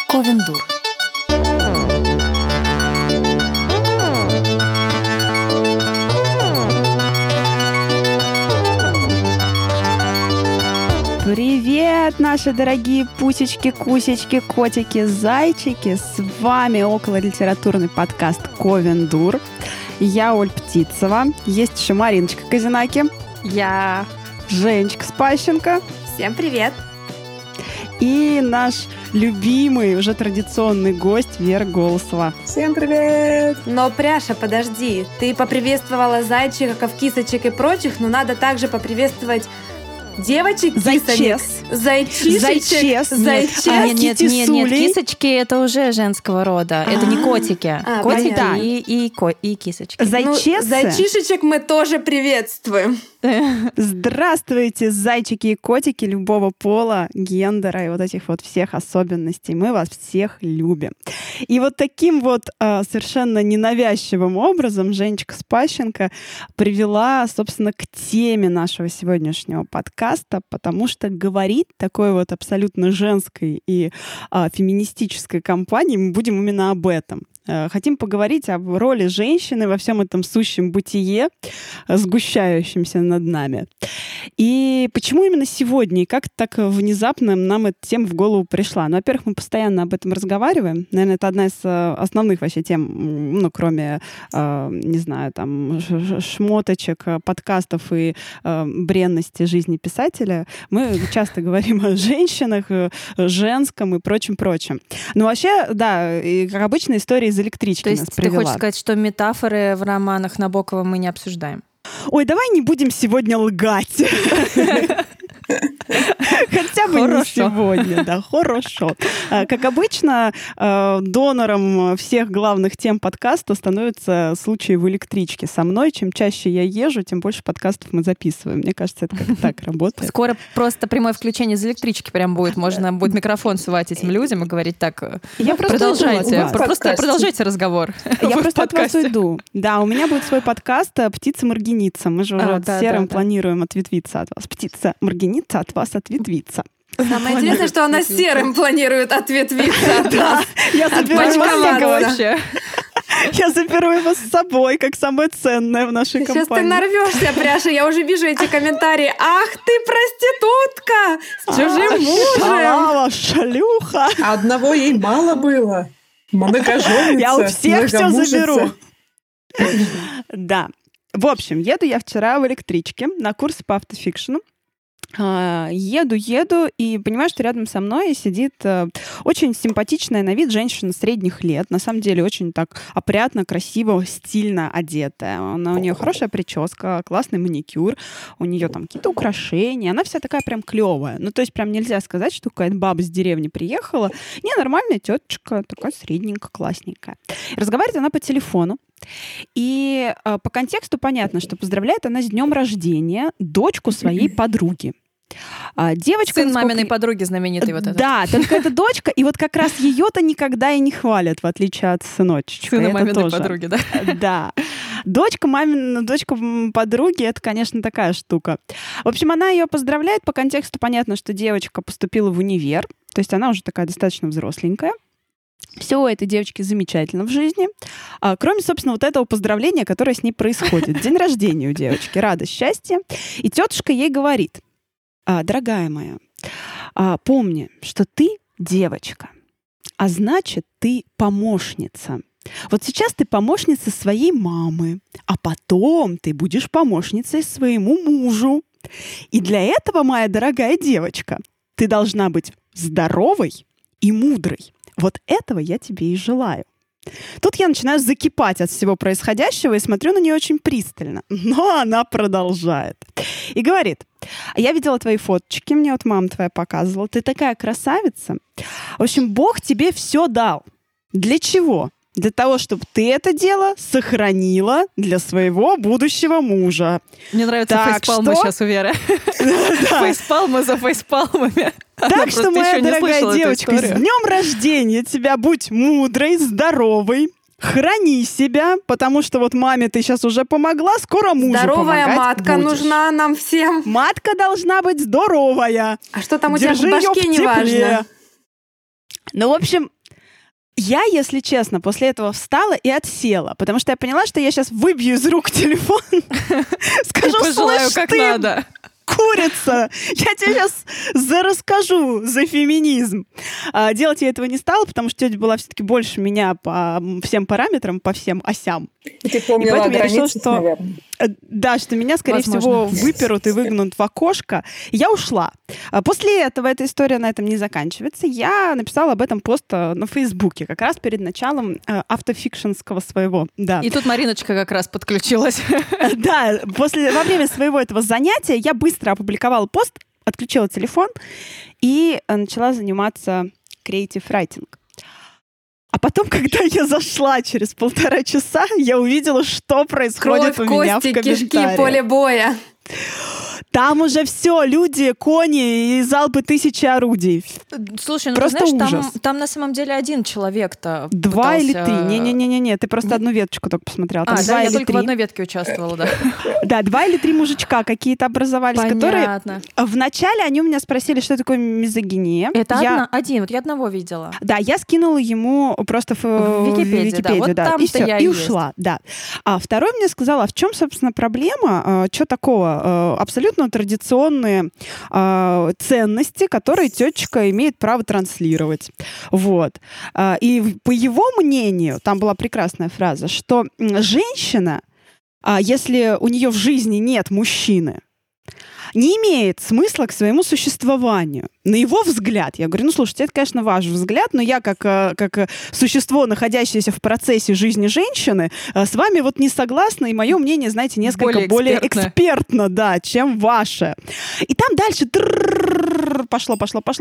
Ковендур. Привет, наши дорогие пусечки, кусечки, котики, зайчики! С вами окололитературный подкаст «Ковендур». Я Оль Птицева. Есть еще Мариночка Козинаки. Я Женечка Спащенко. Всем привет! И наш любимый, уже традиционный гость Вера Голосова. Всем привет! Но, Пряша, подожди. Ты поприветствовала зайчиков, кисочек и прочих, но надо также поприветствовать девочек, кисонек. Зайчишечек. Нет, кисочки — это уже женского рода. Это не котики. Котики и кисочки. Зайчесы. Зайчишечек мы тоже приветствуем. Здравствуйте, зайчики и котики любого пола, гендера и вот этих вот всех особенностей. Мы вас всех любим. И вот таким вот совершенно ненавязчивым образом Женечка Спащенко привела, собственно, к теме нашего сегодняшнего подкаста, потому что говорить такой вот абсолютно женской и феминистической компании мы будем именно об этом. Хотим поговорить об роли женщины во всем этом сущем бытие, сгущающемся над нами. И почему именно сегодня, и как так внезапно нам эта тема в голову пришла? Ну, во-первых, мы постоянно об этом разговариваем. Наверное, это одна из основных вообще тем, ну, кроме, не знаю, там, шмоточек, подкастов и бренности жизни писателя. Мы часто говорим о женщинах, женском и прочем-прочем. Но вообще, да, и, как обычно, история из электрички нас привела. То есть ты хочешь сказать, что метафоры в романах Набокова мы не обсуждаем? Ой, давай не будем сегодня лгать. Хотя бы не сегодня, да, хорошо. Как обычно, донором всех главных тем подкаста становятся случаи в электричке со мной. Чем чаще я езжу, тем больше подкастов мы записываем. Мне кажется, это как-то так работает. Скоро просто прямое включение из электрички прям будет. Можно будет микрофон сувать этим людям и говорить так. Продолжайте разговор. Я просто от вас уйду. Да, у меня будет свой подкаст «Птица-маргеница». Мы же уже с Серым планируем ответвиться от вас. Птица-маргеница от вас ответвиться. Самое интересное, что она с Серым планирует ответвиться от нас. Я заберу его с собой, как самое ценное в нашей компании. Сейчас ты нарвешься, Пряша, я уже вижу эти комментарии. Ах ты, проститутка! С чужим мужем! Шлюха! Одного ей мало было. Многоженница. Я у всех все заберу. Да. В общем, еду я вчера в электричке на курсы по автофикшену. Еду, и понимаю, что рядом со мной сидит очень симпатичная на вид женщина средних лет. На самом деле очень так опрятно, красиво, стильно одетая. У нее хорошая прическа, классный маникюр, у нее там какие-то украшения. Она вся такая прям клевая. Ну, то есть прям нельзя сказать, что какая-то баба с деревни приехала. Не, нормальная тетечка, такая средненькая, классненькая. Разговаривает она по телефону. И по контексту понятно, что поздравляет она с днем рождения дочку своей подруги. Девочка, сын маминой подруги знаменитой вот этот. Да, только эта дочка, и вот как раз ее-то никогда и не хвалят, в отличие от сыночечка. Сына маминой подруги, да? Да. Дочка подруги — это, конечно, такая штука. В общем, она ее поздравляет. По контексту понятно, что девочка поступила в универ, то есть она уже такая достаточно взросленькая. Все у этой девочки замечательно в жизни. Кроме, собственно, вот этого поздравления, которое с ней происходит. День рождения у девочки, радость, счастье. И тетушка ей говорит: дорогая моя, помни, что ты девочка, а значит, ты помощница. Вот сейчас ты помощница своей мамы, а потом ты будешь помощницей своему мужу. И для этого, моя дорогая девочка, ты должна быть здоровой и мудрой. Вот этого я тебе и желаю. Тут я начинаю закипать от всего происходящего и смотрю на нее очень пристально. Но она продолжает. И говорит: я видела твои фоточки, мне вот мама твоя показывала. Ты такая красавица. В общем, Бог тебе все дал. Для чего? Для того, чтобы ты это дело сохранила для своего будущего мужа. Мне нравятся фейспалмы сейчас у Веры. Фейспалмы за фейспалмами. Так что, моя дорогая девочка, с днем рождения тебя! Будь мудрой, здоровой, храни себя, потому что вот маме ты сейчас уже помогла, скоро мужу здоровая помогать матка будешь. Нужна нам всем. Матка должна быть здоровая. А что там у Держи тебя в башке, её в тепле. неважно. Ну, в общем, Я, если честно, после этого встала и отсела, потому что я поняла, что я сейчас выбью из рук телефон, скажу, пожелаю, как надо. Курица! Я тебе сейчас расскажу за феминизм. Делать я этого не стала, потому что тетя была все-таки больше меня по всем параметрам, по всем осям. И ты помнила о границах, наверное. Да, что меня, скорее всего, выперут и выгнут в окошко. Я ушла. После этого эта история на этом не заканчивается. Я написала об этом пост на Фейсбуке, как раз перед началом автофикшенского своего. Да. И тут Мариночка как раз подключилась. Да, во время своего этого занятия я быстро опубликовала пост, отключила телефон и начала заниматься creative writing. А потом, когда я зашла через 1,5 часа, я увидела, что происходит у меня в комментариях. Кишки, поле боя. Там уже все, люди, кони и залпы 1000 орудий. Слушай, ну просто ты знаешь, ужас. Там на самом деле один человек-то 2 пытался... или 3? Не-не-не, ты просто одну веточку только посмотрела. Там 2 да, или я только 3. в одной ветке участвовала, да. Да, 2 или 3 мужичка какие-то образовались, которые... Вначале они у меня спросили, что такое мизогиния. Это один, вот я одного видела. Да, я скинула ему просто в Википедию, да, и все, и ушла, да. А второй мне сказал, а в чем, собственно, проблема? Что такого? Абсолютно традиционные ценности, которые тетечка имеет право транслировать. Вот. И по его мнению, там была прекрасная фраза, что женщина, если у нее в жизни нет мужчины, не имеет смысла к своему существованию. На его взгляд, я говорю, ну, слушайте, это, конечно, ваш взгляд, но я как существо, находящееся в процессе жизни женщины, с вами вот не согласна, и мое мнение, знаете, несколько более экспертно, да, чем ваше. И там дальше пошло,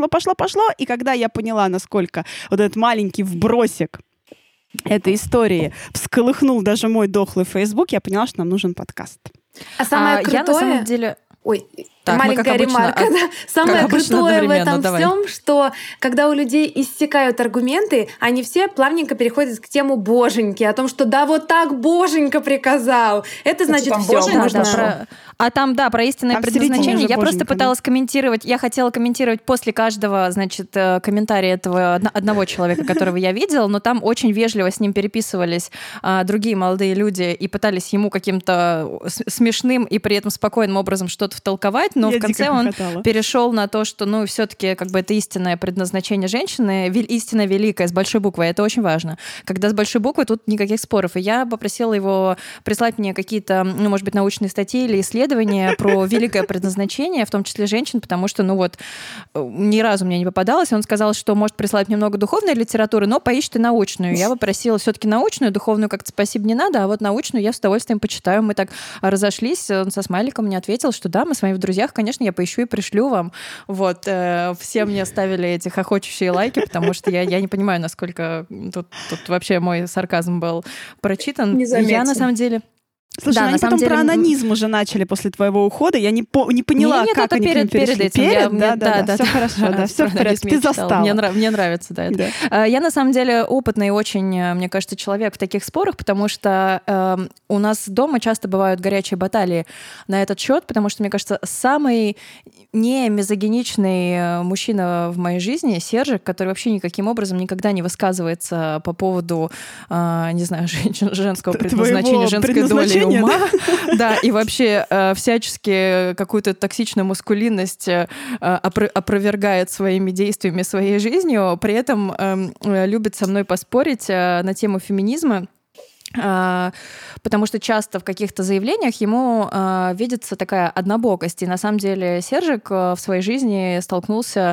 и когда я поняла, насколько вот этот маленький вбросик этой истории всколыхнул даже мой дохлый Facebook, я поняла, что нам нужен подкаст. А самое крутое... Я на самом деле... Ой, так, маленькая ремарка. Самое крутое в этом всем, что когда у людей иссякают аргументы, они все плавненько переходят к тему боженьки, о том, что да, вот так боженька приказал. Это значит все. А там, да, про истинное предназначение. Я просто пыталась комментировать, я хотела комментировать после каждого, значит, комментария этого одного человека, которого я видела, но там очень вежливо с ним переписывались другие молодые люди и пытались ему каким-то смешным и при этом спокойным образом что-то втолковать, но в конце он перешел на то, что, ну, все-таки как бы это истинное предназначение женщины, истинно великое, с большой буквы, это очень важно. Когда с большой буквы, тут никаких споров. И я попросила его прислать мне какие-то, ну, может быть, научные статьи или исследования про великое предназначение, в том числе женщин, потому что, ну вот, ни разу мне не попадалось. Он сказал, что может прислать мне много духовной литературы, но поищите научную. Я попросила все-таки научную, духовную как-то спасибо не надо, а вот научную я с удовольствием почитаю. Мы так разошлись, он со смайликом мне ответил, что да, мы с вами в друзьях, конечно, я поищу и пришлю вам. Вот, все мне ставили эти хохочущие лайки, потому что я не понимаю, насколько тут вообще мой сарказм был прочитан. Я на самом деле... Слушай, да, они потом деле... про анонизм уже начали после твоего ухода. Я не поняла, как они перед этим. Да, все хорошо, да, все в порядке. Ты застала. Мне нравится, да, это. Я, на самом деле, опытный очень, мне кажется, человек в таких спорах, потому что у нас дома часто бывают горячие баталии на этот счет, потому что, мне кажется, самый не мизогиничный мужчина в моей жизни — Сержик, который вообще никаким образом никогда не высказывается по поводу, не знаю, женского предназначения, женской доли ума, да, и вообще всячески какую-то токсичную маскулинность опровергает своими действиями, своей жизнью, при этом любит со мной поспорить на тему феминизма, потому что часто в каких-то заявлениях ему видится такая однобокость. И на самом деле Сержик в своей жизни столкнулся,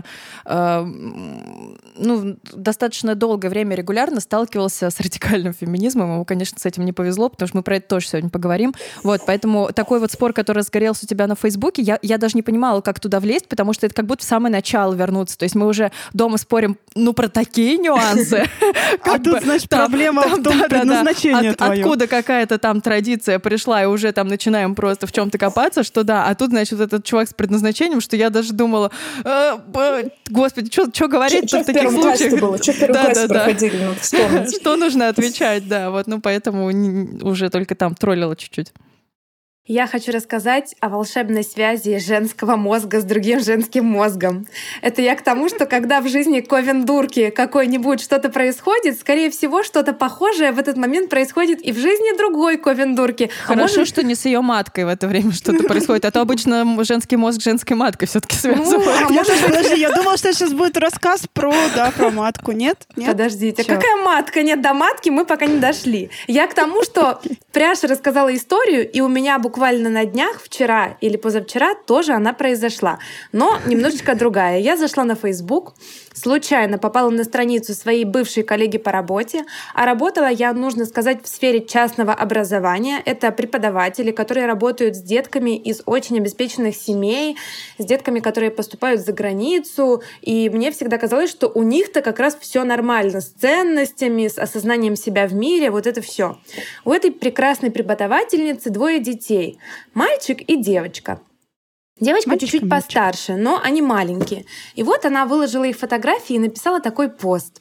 достаточно долгое время регулярно сталкивался с радикальным феминизмом. Ему, конечно, с этим не повезло, потому что мы про это тоже сегодня поговорим. Вот, поэтому такой вот спор, который разгорелся у тебя на Фейсбуке, я даже не понимала, как туда влезть, потому что это как будто в самое начало вернуться. То есть мы уже дома спорим, про такие нюансы. А тут, значит, проблема в том предназначении. Откуда какая-то там традиция пришла, и уже там начинаем просто в чем-то копаться, что да, а тут, значит, этот чувак с предназначением, что я даже думала, господи, что говорить в таких случаях? Было? Что в первом классе проходили, надо вспомнить. Что нужно отвечать, да, вот, поэтому уже только там троллила чуть-чуть. Я хочу рассказать о волшебной связи женского мозга с другим женским мозгом. Это я к тому, что когда в жизни ковендурки какой-нибудь что-то происходит, скорее всего, что-то похожее в этот момент происходит и в жизни другой ковендурки. Хорошо, что не с ее маткой в это время что-то происходит, а то обычно женский мозг с женской маткой все-таки связывают. Подожди, я думала, что сейчас будет рассказ про матку. Нет? Подождите, какая матка? Нет, до матки мы пока не дошли. Я к тому, что Пряша рассказала историю, и у меня буквально на днях, вчера или позавчера, тоже она произошла. Но немножечко другая. Я зашла на Facebook, случайно попала на страницу своей бывшей коллеги по работе, а работала я, нужно сказать, в сфере частного образования. Это преподаватели, которые работают с детками из очень обеспеченных семей, с детками, которые поступают за границу. И мне всегда казалось, что у них-то как раз все нормально с ценностями, с осознанием себя в мире, вот это все. У этой прекрасной преподавательницы 2 детей. Мальчик и девочка. Девочка чуть-чуть постарше, но они маленькие. И вот она выложила их фотографии и написала такой пост.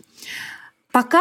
Пока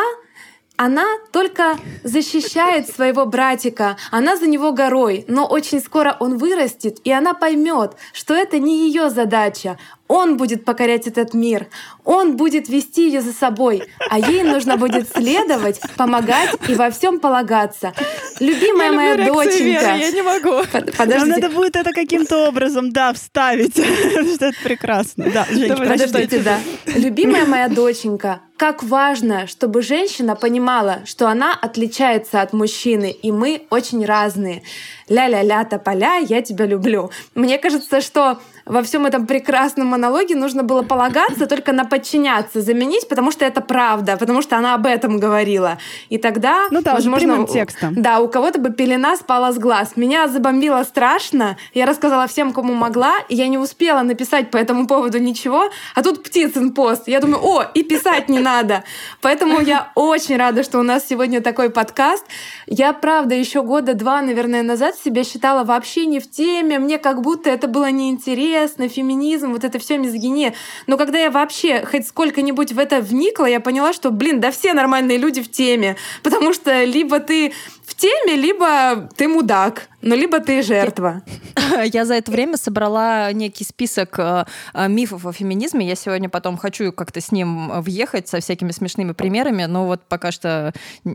она только защищает своего братика, она за него горой, но очень скоро он вырастет, и она поймет, что это не ее задача. Он будет покорять этот мир, он будет вести ее за собой, а ей нужно будет следовать, помогать и во всем полагаться. Любимая моя доченька. Я не могу. Нам надо будет это каким-то образом, вставить. Что это прекрасно. Да, Жень, подождите, да. Любимая моя доченька, как важно, чтобы женщина понимала, что она отличается от мужчины, и мы очень разные. Ля-ля-ля, тополя, я тебя люблю. Мне кажется, что во всем этом прекрасном монологе нужно было полагаться только на подчиняться, заменить, потому что это правда, потому что она об этом говорила. И тогда, возможно, текстом. Да, у кого-то бы пелена спала с глаз. Меня забомбило страшно. Я рассказала всем, кому могла, и я не успела написать по этому поводу ничего. А тут Птицын пост. Я думаю, и писать не надо. Поэтому я очень рада, что у нас сегодня такой подкаст. Я, правда, еще 2 года, наверное, назад себя считала вообще не в теме. Мне как будто это было неинтересно, феминизм, вот это все мизогиния. Но когда я вообще хоть сколько-нибудь в это вникла, я поняла, что, все нормальные люди в теме. Потому что либо ты в теме, либо ты мудак, либо ты жертва. Я за это время собрала некий список мифов о феминизме. Я сегодня потом хочу как-то с ним въехать со всякими смешными примерами, но вот пока что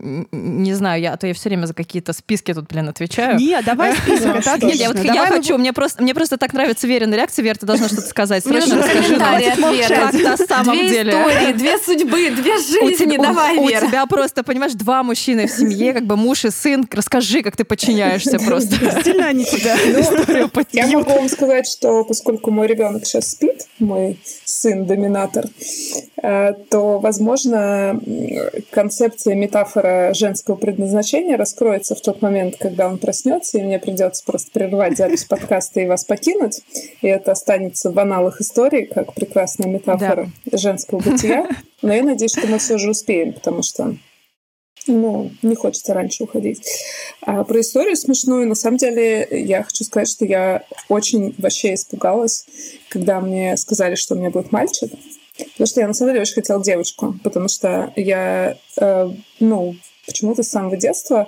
не знаю, а то я все время за какие-то списки тут, отвечаю. Нет, давай список, это отлично. Я хочу, мне просто так нравится Верина реакция. Вер, ты должна что-то сказать. Срочно расскажи нам, как на самом деле. 2 истории, 2 судьбы, 2 жизни, давай, Вера. У тебя просто, понимаешь, 2 мужчины в семье, муж и сын. Расскажи, как ты подчиняешься просто. Сильно они тебя историю Я могу вам сказать, что поскольку мой ребенок сейчас спит, мой сын-доминатор, то, возможно, концепция, метафора женского предназначения раскроется в тот момент, когда он проснется, и мне придется просто прервать запись подкаста и вас покинуть. И это останется в аналах истории, как прекрасная метафора женского бытия. Но я надеюсь, что мы все же успеем, потому что не хочется раньше уходить. А про историю смешную, на самом деле, я хочу сказать, что я очень вообще испугалась, когда мне сказали, что у меня будет мальчик. Потому что я, на самом деле, очень хотела девочку. Потому что я, почему-то с самого детства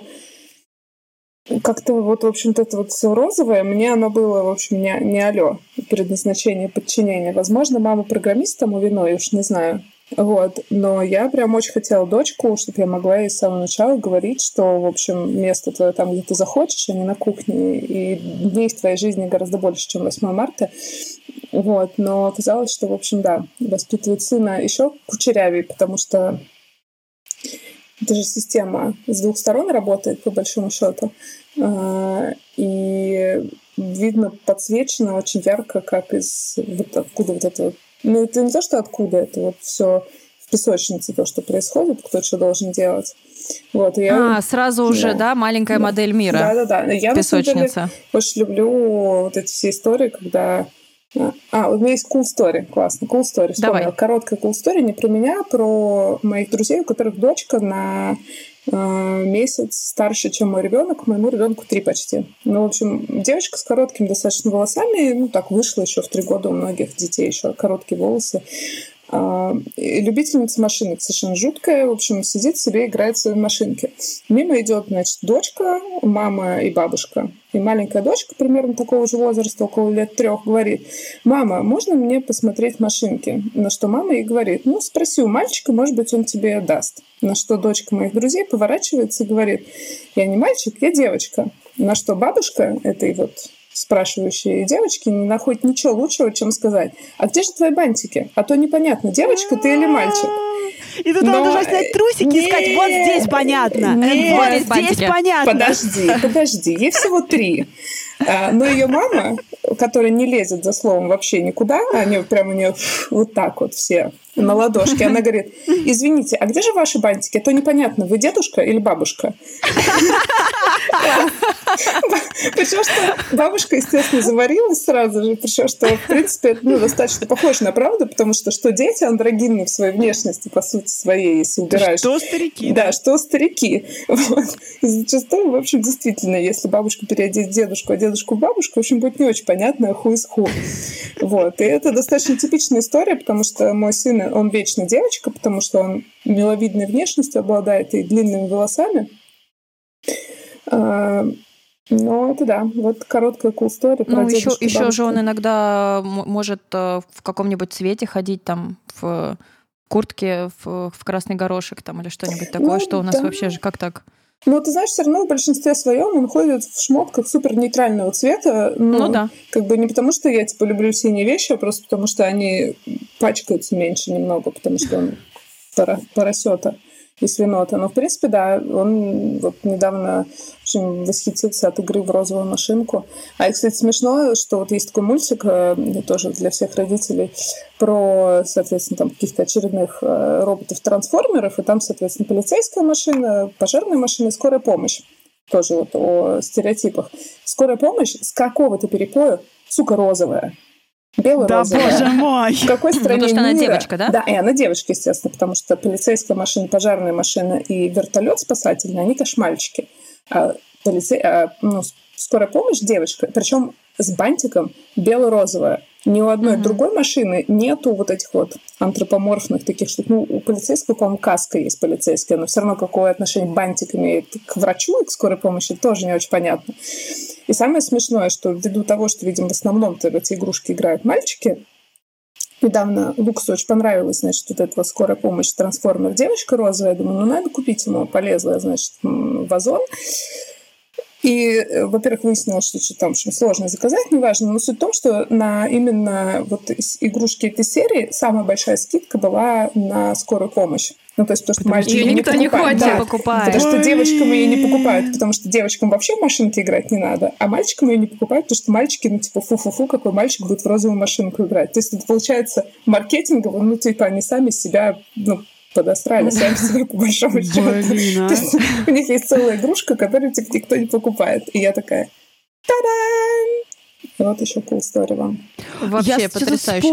как-то в общем-то, это все розовое, мне оно было, в общем, не алё, предназначение, подчинение. Возможно, мама программист тому виной, уж не знаю. Но я прям очень хотела дочку, чтобы я могла ей с самого начала говорить, что, в общем, место твое там, где ты захочешь, а не на кухне, и дней в твоей жизни гораздо больше, чем 8 марта. Но оказалось, что, в общем, воспитывать сына еще кучерявее, потому что это же система с 2 сторон работает, по большому счету. И видно, подсвечено очень ярко, как откуда это это не то, что откуда, это все в песочнице, то, что происходит, кто что должен делать. Сразу уже, маленькая модель мира. Да. Я, песочница. На самом деле, очень люблю эти все истории, когда... у меня есть cool story, классно, cool story. Вспомнила. Короткая cool story, не про меня, а про моих друзей, у которых дочка на месяц старше, чем мой ребенок. Моему ребенку 3 почти. В общем, девочка с короткими достаточно волосами, так вышло еще в 3 года у многих детей еще короткие волосы. любительница машинок, совершенно жуткая, в общем, сидит себе, играет в свои машинки. Мимо идет, значит, дочка, мама и бабушка. И маленькая дочка, примерно такого же возраста, около лет 3, говорит: «Мама, можно мне посмотреть машинки?» На что мама ей говорит: «Ну, спроси у мальчика, может быть, он тебе даст». На что дочка моих друзей поворачивается и говорит: «Я не мальчик, я девочка». На что бабушка этой вот спрашивающие девочки не находят ничего лучшего, чем сказать: «А где же твои бантики? А то непонятно, девочка ты или мальчик». И тут она должна снять трусики и сказать: «Вот здесь понятно». Нет, вот здесь понятно. Подожди, ей всего 3. Но ее мама, которая не лезет за словом вообще никуда, они прям у нее вот так вот все на ладошке, она говорит: «Извините, а где же ваши бантики? А то непонятно, вы дедушка или бабушка?» Причем, что бабушка, естественно, заварилась сразу же, причем, что, в принципе, это достаточно похоже на правду, потому что дети андрогинны в своей внешности, по сути своей, если убираешь. Что старики. Да, что старики. Вот. И зачастую, в общем, действительно, если бабушка переодеть дедушку, а дедушку в бабушку, в общем, будет не очень понятно, who is who. Вот. И это достаточно типичная история, потому что мой сын, он вечно девочка, потому что он миловидной внешностью обладает и длинными волосами. Ну, это да, вот короткая cool story про дедушку. Еще же он иногда может в каком-нибудь цвете ходить, там, в куртке, в красный горошек там, или что-нибудь такое, что у нас вообще же как так? Ну, ты знаешь, все равно в большинстве своем он ходит в шмотках супер нейтрального цвета. Ну да. Как бы не потому, что я, люблю синие вещи, а просто потому, что они пачкаются меньше немного, потому что он поросёта и свинота. Но, в принципе, да, он вот недавно очень восхитился от игры в розовую машинку. А, кстати, смешно, что вот есть такой мультик, тоже для всех родителей, про, соответственно, там каких-то очередных роботов-трансформеров, и там, соответственно, полицейская машина, пожарная машина и скорая помощь. Тоже вот о стереотипах. Скорая помощь с какого-то перепоя, сука, розовая. Бело-розовая. Да, боже мой! В какой стране потому что мира? Она девочка, да? Да, и она девочка, естественно, потому что полицейская машина, пожарная машина и вертолет спасательный, они, конечно, мальчики. Скорая помощь девочка, причем с бантиком бело-розовая. Ни у одной другой машины нету вот этих вот антропоморфных таких штук. Ну, у полицейского, по-моему, каска есть полицейская, но все равно какое отношение бантик имеет к врачу и к скорой помощи, тоже не очень понятно. И самое смешное, что ввиду того, что, видимо, в основном-то в эти игрушки играют мальчики, недавно Лукасу очень понравилась, значит, вот эта вот скорая помощь трансформер девочка розовая. Я думаю, надо купить ему. Полезла, значит, в Озон. И, во-первых, выяснилось, что там очень сложно заказать, неважно. Но суть в том, что на именно вот игрушки этой серии самая большая скидка была на скорую помощь. Ну, то есть, потому что мальчики ее никто не хочет покупать. Потому что девочкам ее не покупают, потому что девочкам вообще в машинки играть не надо, а мальчикам ее не покупают, потому что мальчики, фу-фу-фу, какой мальчик будет в розовую машинку играть. То есть, это получается маркетингово, они сами себя, подосрали сами себе по большому счету. То есть у них есть целая игрушка, которую никто не покупает. И я такая: та-дам! И вот еще cool story вам. Вообще потрясающе.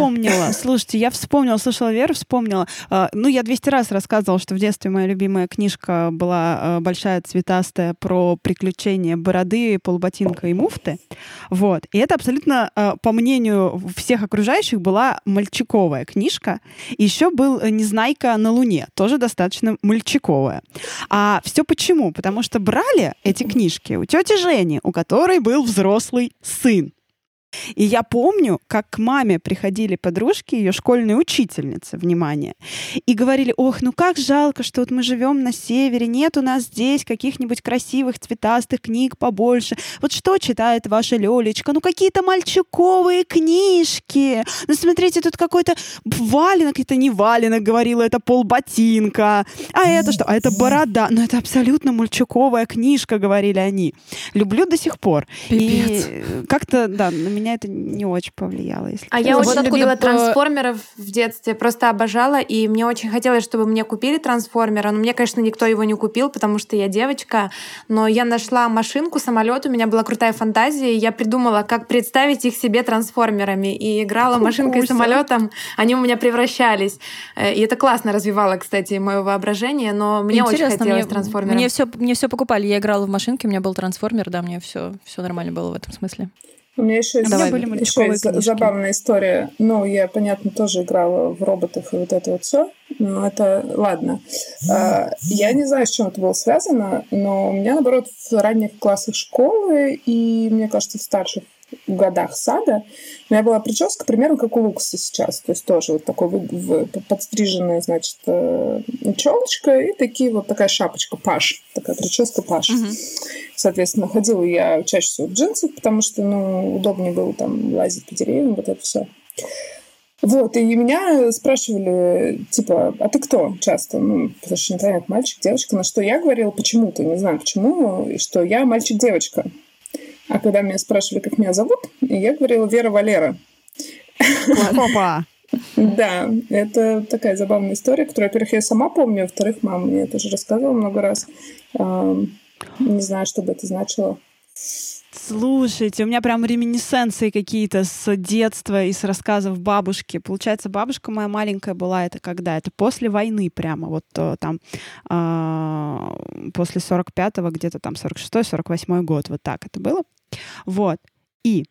Я вспомнила, слышала Веру, вспомнила. Я 200 раз рассказывала, что в детстве моя любимая книжка была большая, цветастая, про приключения бороды, полуботинка и муфты. Вот. И это абсолютно, по мнению всех окружающих, была мальчиковая книжка. И еще был «Незнайка на Луне», тоже достаточно мальчиковая. А все почему? Потому что брали эти книжки у тети Жени, у которой был взрослый сын. И я помню, как к маме приходили подружки, ее школьные учительницы, внимание, и говорили: ох, как жалко, что вот мы живем на севере, нет у нас здесь каких-нибудь красивых цветастых книг побольше. Вот что читает ваша Лёлечка? Какие-то мальчиковые книжки. Смотрите, тут какой-то валенок, это не валенок, говорила, это полботинка. А это что? А это борода. Это абсолютно мальчиковая книжка, говорили они. Люблю до сих пор. Пипец. И как-то, на меня это не очень повлияло. Я очень любила трансформеров в детстве, просто обожала, и мне очень хотелось, чтобы мне купили трансформера, но мне, конечно, никто его не купил, потому что я девочка, но я нашла машинку, самолет, у меня была крутая фантазия, и я придумала, как представить их себе трансформерами, и играла машинкой и самолетом, они у меня превращались. И это классно развивало, кстати, мое воображение, но мне очень хотелось трансформера. Мне все покупали, я играла в машинке, у меня был трансформер, да, мне все нормально было в этом смысле. У меня еще есть забавная история. Ну, я, понятно, тоже играла в роботов и вот это вот все. Но это ладно. Я не знаю, с чем это было связано, но у меня, наоборот, в ранних классах школы и, мне кажется, в старших годах сада у меня была прическа примерно как у Лукаса сейчас. То есть тоже вот такой подстриженная, значит, челочка и такая шапочка паш. Такая прическа паш. Соответственно, ходила я чаще всего в джинсах, потому что, удобнее было там лазить по деревьям, вот это все. Вот, и меня спрашивали, типа, а ты кто часто? Потому что непонятно, мальчик, девочка. На что я говорила почему-то, не знаю почему, что я мальчик-девочка. А когда меня спрашивали, как меня зовут, я говорила Вера Валера. Опа! Да, это такая забавная история, которую, во-первых, я сама помню, во-вторых, мама мне это уже рассказывала много раз. Не знаю, что бы это значило. Слушайте, у меня прям реминисценции какие-то с детства и с рассказов бабушки. Получается, бабушка моя маленькая была, это когда? Это после войны прямо, вот там после 45-го, где-то там 46-й, 48-й год, вот так это было. Вот. И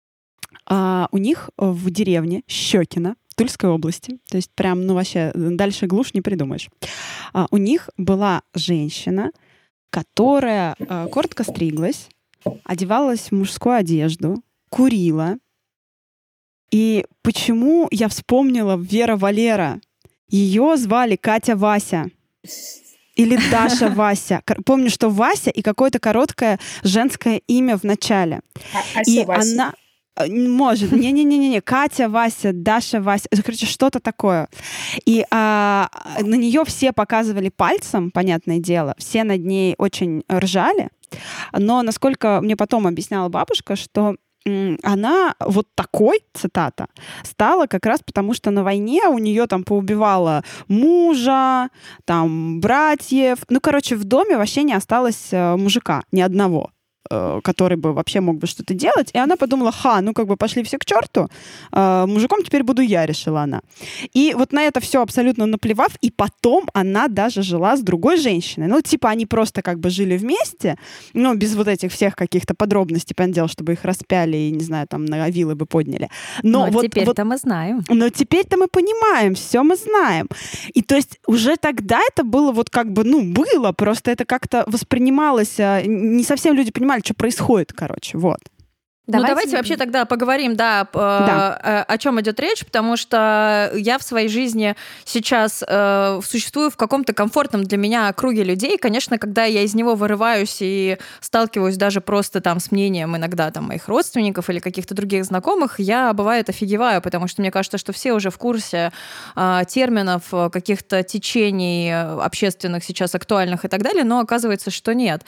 у них в деревне Щекино, Тульской области, то есть прям, вообще, дальше глушь не придумаешь. У них была женщина, которая коротко стриглась, одевалась в мужскую одежду, курила. И почему я вспомнила Вера Валера? Ее звали Катя Вася. Или Даша Вася. Помню, что Вася и какое-то короткое женское имя в начале. И Вася. Она... Может. Не-не-не. Катя, Вася, Даша, Вася. Короче, что-то такое. И на нее все показывали пальцем, понятное дело. Все над ней очень ржали. Но, насколько мне потом объясняла бабушка, что она вот такой, цитата, стала как раз потому, что на войне у нее там поубивала мужа, там братьев. В доме вообще не осталось мужика, ни одного, который бы вообще мог бы что-то делать. И она подумала, пошли все к черту, мужиком теперь буду я, решила она. И вот на это все абсолютно наплевав, и потом она даже жила с другой женщиной. Они просто жили вместе, без вот этих всех каких-то подробностей, понятное дело, чтобы их распяли и, не знаю, там на вилы бы подняли. Но теперь-то мы знаем. Но теперь-то мы понимаем, все мы знаем. И то есть уже тогда это было было, просто это как-то воспринималось, не совсем люди понимали, что происходит, вот. Давайте вообще тогда поговорим, о чем идет речь, потому что я в своей жизни сейчас существую в каком-то комфортном для меня круге людей. Конечно, когда я из него вырываюсь и сталкиваюсь даже просто с мнением иногда моих родственников или каких-то других знакомых, я, бывает, офигеваю, потому что мне кажется, что все уже в курсе терминов, каких-то течений общественных сейчас актуальных и так далее, но оказывается, что нет.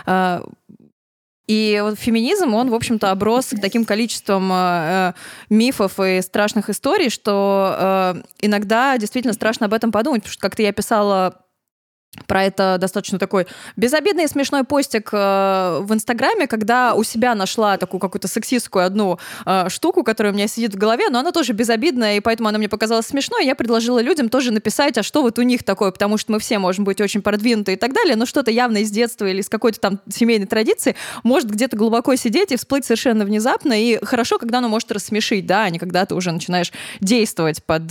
И феминизм, он, в общем-то, оброс таким количеством мифов и страшных историй, что иногда действительно страшно об этом подумать, потому что как-то я писала про это достаточно такой безобидный и смешной постик в Инстаграме, когда у себя нашла такую какую-то сексистскую одну штуку, которая у меня сидит в голове, но она тоже безобидная, и поэтому она мне показалась смешной. Я предложила людям тоже написать, а что вот у них такое, потому что мы все можем быть очень продвинуты и так далее, но что-то явно из детства или из какой-то там семейной традиции может где-то глубоко сидеть и всплыть совершенно внезапно, и хорошо, когда оно может рассмешить, а не когда ты уже начинаешь действовать под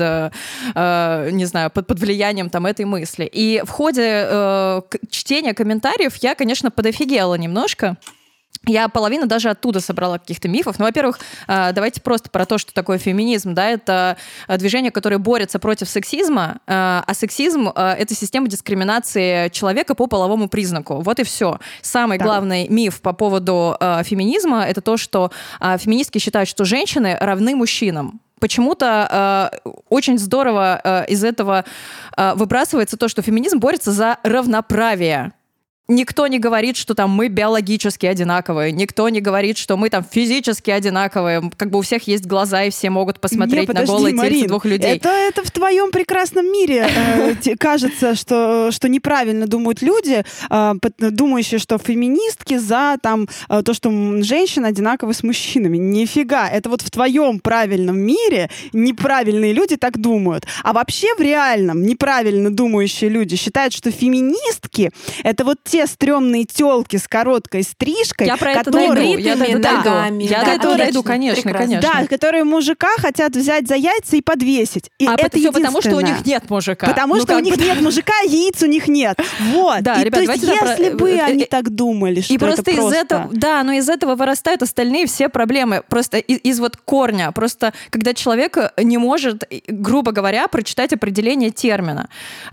влиянием этой мысли. И в ходе чтения комментариев я, конечно, подофигела немножко. Я половину даже оттуда собрала каких-то мифов. Во-первых, давайте просто про то, что такое феминизм. Это движение, которое борется против сексизма, а сексизм — это система дискриминации человека по половому признаку. Вот и все. Самый главный миф по поводу феминизма — это то, что феминистки считают, что женщины равны мужчинам. Почему-то очень здорово из этого выбрасывается то, что феминизм борется за равноправие. Никто не говорит, что мы биологически одинаковые, никто не говорит, что мы физически одинаковые, у всех есть глаза, и все могут посмотреть на голые тельца двух людей. Это в твоем прекрасном мире кажется, что неправильно думают люди, думающие, что феминистки за то, что женщины одинаковы с мужчинами. Нифига, это вот в твоем правильном мире неправильные люди так думают. А вообще в реальном неправильно думающие люди считают, что феминистки — это вот те те стрёмные тёлки с короткой стрижкой, я про это дойду. Я до этого дойду, конечно. Да, которые мужика хотят взять за яйца и подвесить. И это все потому, что у них нет мужика. Потому что у них нет мужика, яиц у них нет. Вот. Да, ребят, то есть, если бы они так думали, что и просто это из этого, да, но из этого вырастают остальные все проблемы. Просто из вот корня. Просто когда человек не может, грубо говоря, прочитать определение термина.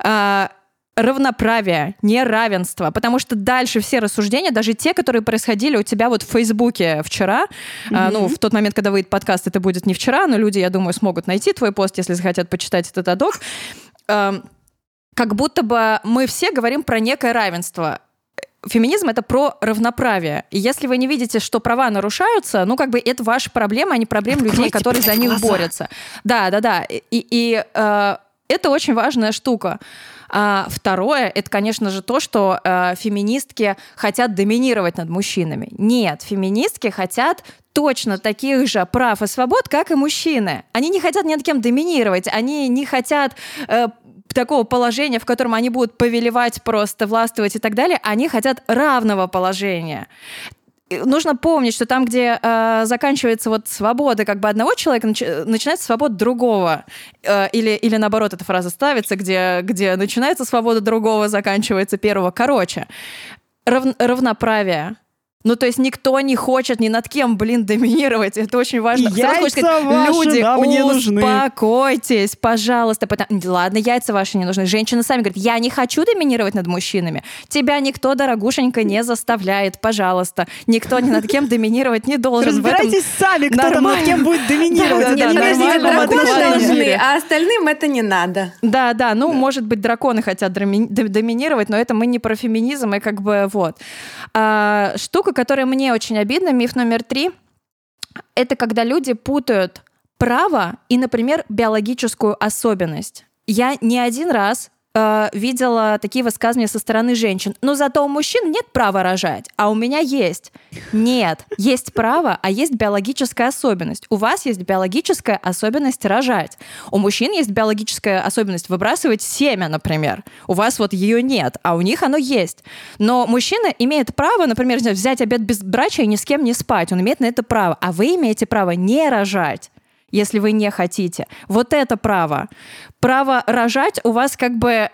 Равноправие, неравенство, потому что дальше все рассуждения, даже те, которые происходили у тебя вот в Фейсбуке вчера, ну, в тот момент, когда выйдет подкаст, это будет не вчера, но люди, я думаю, смогут найти твой пост, если захотят почитать этот адок, как будто бы мы все говорим про некое равенство. Феминизм — это про равноправие. И если вы не видите, что права нарушаются, ну, как бы это ваша проблема, а не проблема людей, которые за них борются. Да. И это очень важная штука. Второе, это, конечно же, то, что феминистки хотят доминировать над мужчинами. Нет, феминистки хотят точно таких же прав и свобод, как и мужчины. Они не хотят ни над кем доминировать, они не хотят такого положения, в котором они будут повелевать, просто властвовать и так далее. Они хотят равного положения. Нужно помнить, что там, где заканчивается вот свобода как бы одного человека, начинается свобода другого. Или наоборот, эта фраза ставится, где начинается свобода другого, заканчивается первого. Короче, равноправие. Ну, то есть никто не хочет ни над кем, доминировать. Это очень важно. Яйца сказать, ваши нам не нужны. Успокойтесь, пожалуйста. Ладно, яйца ваши не нужны. Женщины сами говорят, я не хочу доминировать над мужчинами. Тебя никто, дорогушенька, не заставляет. Пожалуйста. Никто ни над кем доминировать не должен. Разбирайтесь сами, кто там над кем будет доминировать. Нет, подождите, драконы должны, а остальным это не надо. Да. Ну, может быть, драконы хотят доминировать, но это мы не про феминизм, и как бы вот. Штука, которая мне очень обидна, миф номер 3, это когда люди путают право и, например, биологическую особенность. Я не один раз видела такие высказывания со стороны женщин. Но зато у мужчин нет права рожать, а у меня есть. Нет, есть право, а есть биологическая особенность. У вас есть биологическая особенность рожать. У мужчин есть биологическая особенность выбрасывать семя, например. У вас вот ее нет, а у них оно есть. Но мужчина имеет право, например, взять обет безбрачия и ни с кем не спать. Он имеет на это право. А вы имеете право не рожать, если вы не хотите. Вот это право. Право рожать у вас как бы,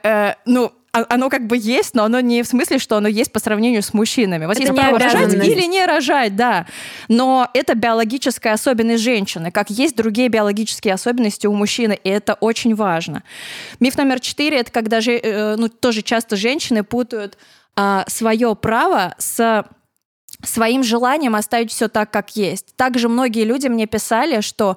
оно как бы есть, но оно не в смысле, что оно есть по сравнению с мужчинами. У вас есть право рожать или не рожать, да. Но это биологическая особенность женщины, как есть другие биологические особенности у мужчины, и это очень важно. Миф номер 4 — это когда тоже часто женщины путают свое право с своим желанием оставить все так, как есть. Также многие люди мне писали, что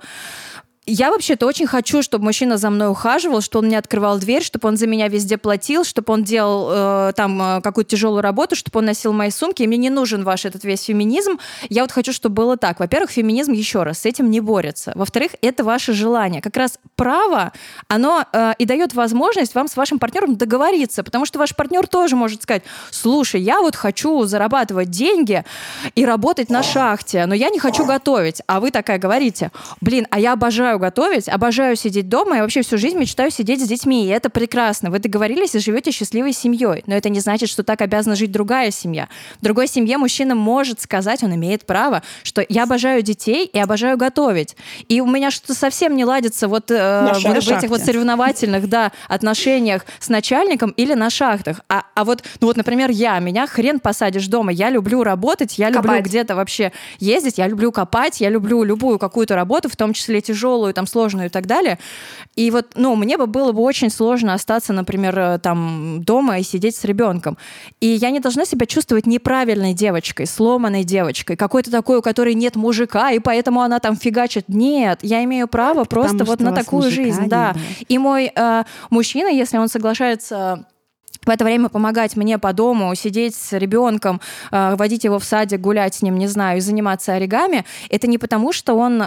я вообще-то очень хочу, чтобы мужчина за мной ухаживал, чтобы он мне открывал дверь, чтобы он за меня везде платил, чтобы он делал какую-то тяжелую работу, чтобы он носил мои сумки. И мне не нужен ваш этот весь феминизм. Я вот хочу, чтобы было так. Во-первых, феминизм, еще раз, с этим не борется. Во-вторых, это ваше желание. Как раз право, оно и дает возможность вам с вашим партнером договориться, потому что ваш партнер тоже может сказать: слушай, я вот хочу зарабатывать деньги и работать на шахте, но я не хочу готовить. А вы такая говорите: а я обожаю готовить, обожаю сидеть дома и вообще всю жизнь мечтаю сидеть с детьми, и это прекрасно. Вы договорились и живете счастливой семьей, но это не значит, что так обязана жить другая семья. В другой семье мужчина может сказать, он имеет право, что я обожаю детей и обожаю готовить. И у меня что-то совсем не ладится в этих вот соревновательных отношениях с начальником или на шахтах. Например, меня хрен посадишь дома. Я люблю работать, я люблю где-то вообще ездить, я люблю копать, я люблю любую какую-то работу, в том числе тяжелую, сложную и так далее. И мне было бы очень сложно остаться, например, дома и сидеть с ребенком. И я не должна себя чувствовать неправильной девочкой, сломанной девочкой, какой-то такой, у которой нет мужика, и поэтому она фигачит. Нет, я имею право просто на такую жизнь. Да. И мой мужчина, если он соглашается в это время помогать мне по дому, сидеть с ребенком, водить его в садик, гулять с ним, не знаю, и заниматься оригами, это не потому, что он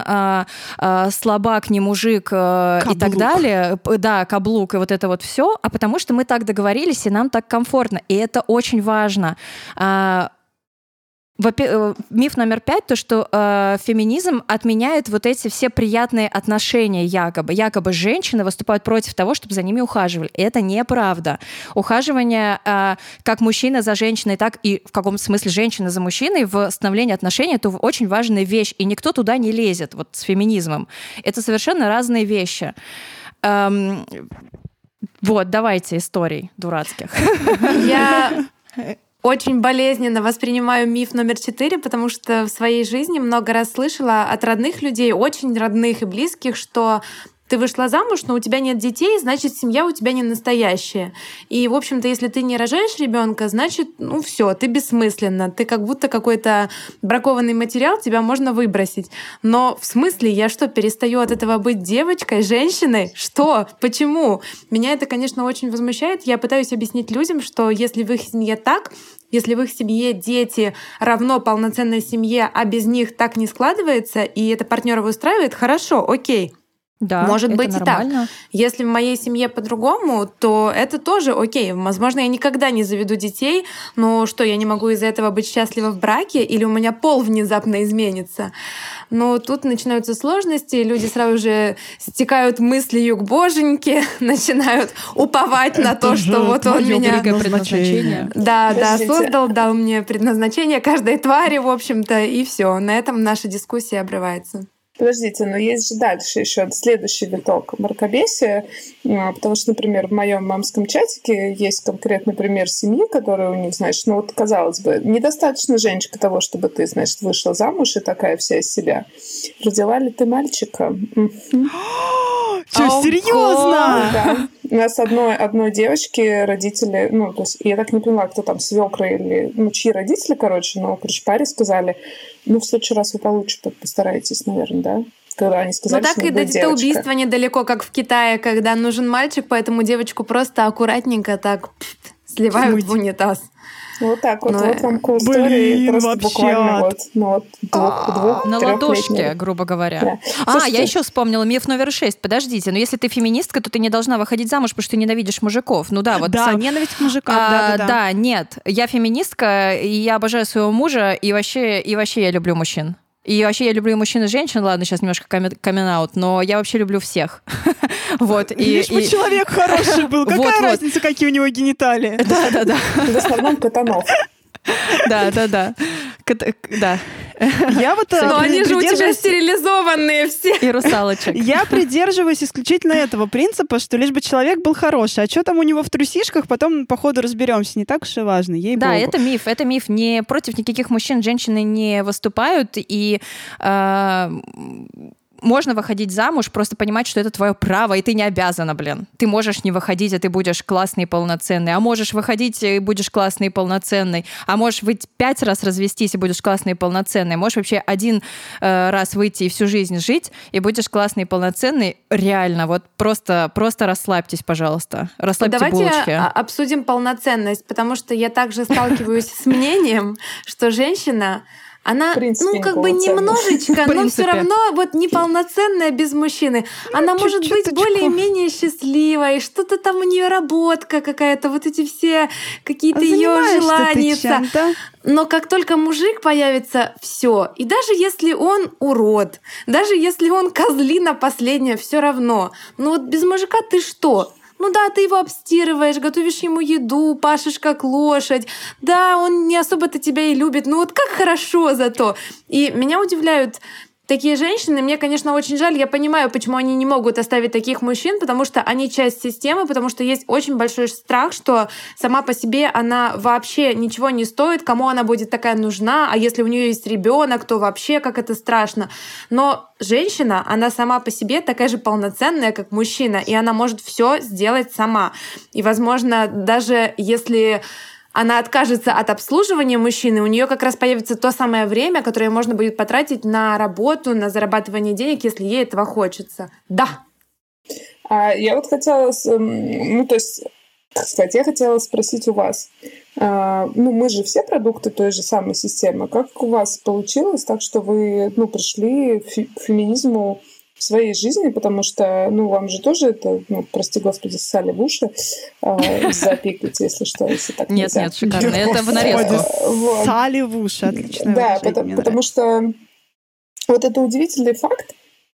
слабак, не мужик и так далее, да, каблук и вот это вот все, а потому что мы так договорились, и нам так комфортно. И это очень важно. Миф номер 5, то, что феминизм отменяет вот эти все приятные отношения якобы. Якобы женщины выступают против того, чтобы за ними ухаживали. Это неправда. Ухаживание как мужчина за женщиной, так и в каком-то смысле женщина за мужчиной в становлении отношений — это очень важная вещь, и никто туда не лезет вот с феминизмом. Это совершенно разные вещи. Вот, давайте историй дурацких. Я очень болезненно воспринимаю миф номер 4, потому что в своей жизни много раз слышала от родных людей, очень родных и близких, что ты вышла замуж, но у тебя нет детей, значит, семья у тебя не настоящая. И, в общем-то, если ты не рожаешь ребенка, значит, все, ты бессмысленна. Ты как будто какой-то бракованный материал, тебя можно выбросить. Но в смысле, я что, перестаю от этого быть девочкой, женщиной? Что? Почему? Меня это, конечно, очень возмущает. Я пытаюсь объяснить людям, что если в их семье так, если в их семье дети равно полноценной семье, а без них так не складывается, и это партнера устраивает, хорошо, окей. Да, может быть нормально. И так. Если в моей семье по-другому, то это тоже окей. Возможно, я никогда не заведу детей, но что, я не могу из-за этого быть счастлива в браке, или у меня пол внезапно изменится? Но тут начинаются сложности, люди сразу же стекают мыслью к боженьке, начинают уповать на то, что вот он меня... Да, создал, дал мне предназначение каждой твари, в общем-то, и все. На этом наша дискуссия обрывается. Подождите, но есть же дальше еще следующий виток мракобесия, потому что, например, в моем мамском чатике есть конкретный пример семьи, которая у них, значит, казалось бы, недостаточно, Женечка, того, чтобы ты, значит, вышла замуж и такая вся из себя. Родила ли ты мальчика? Что, серьезно? Да. У нас одной девочки родители, то есть я так не поняла, кто там, свекры или, чьи родители, паре сказали, в следующий раз вы получше постараетесь, наверное, да? Когда они сказали, так и до убийства недалеко, как в Китае, когда нужен мальчик, поэтому девочку просто аккуратненько так сливают в унитаз. Вот так вот. Вот вам истории. Просто вообще буквально двух на ладошке, грубо говоря. Да. Слушайте, я еще вспомнила миф номер 6. Подождите, но если ты феминистка, то ты не должна выходить замуж, потому что ты ненавидишь мужиков. Ненависть к мужикам, да. Да, нет. Я феминистка, и я обожаю своего мужа, и вообще я люблю мужчин. И вообще я люблю и мужчин, и женщин. Ладно, сейчас немножко камин-аут, но я вообще люблю всех. Лишь бы человек хороший был. Какая разница, какие у него гениталии? Да. В основном катанов. Да. Но они же у тебя стерилизованные все. И русалочек. Я придерживаюсь исключительно этого принципа, что лишь бы человек был хороший. А что там у него в трусишках, потом по ходу разберемся. Не так уж и важно, ей-богу. Да, это миф. Не против никаких мужчин женщины не выступают. И можно выходить замуж, просто понимать, что это твое право, и ты не обязана, Ты можешь не выходить, а ты будешь классный и полноценный. А можешь выходить и будешь классный и полноценный. А можешь 5 раз развестись и будешь классный и полноценный. Можешь вообще 1 раз выйти и всю жизнь жить, и будешь классный и полноценный. Реально, просто расслабьтесь, пожалуйста. Расслабьте булочки. Давайте обсудим полноценность, потому что я также сталкиваюсь с мнением, что женщина... Она, немножечко, но все равно неполноценная без мужчины. Она может быть более-менее счастливой, что-то там у нее работка какая-то, эти все какие-то ее желания. Но как только мужик появится, все. И даже если он урод, даже если он козлина последняя, все равно. Без мужика ты что? Ты его обстирываешь, готовишь ему еду, пашешь как лошадь. Да, он не особо-то тебя и любит. Как хорошо зато. И меня удивляют такие женщины. Мне, конечно, очень жаль. Я понимаю, почему они не могут оставить таких мужчин, потому что они часть системы, потому что есть очень большой страх, что сама по себе она вообще ничего не стоит, кому она будет такая нужна, а если у нее есть ребенок, то вообще как это страшно. Но женщина, она сама по себе такая же полноценная, как мужчина, и она может все сделать сама. И, возможно, даже если она откажется от обслуживания мужчины, у нее как раз появится то самое время, которое можно будет потратить на работу, на зарабатывание денег, если ей этого хочется. Да. Я хотела, я хотела спросить у вас. Мы же все продукты той же самой системы. Как у вас получилось так, что вы пришли к феминизму в своей жизни, потому что, вам же тоже это, прости господи, ссали в уши, запикайте, если что, если так нельзя. Нет, шикарно, это в нарезку. Ссали в уши, отлично. Да, потому что вот это удивительный факт.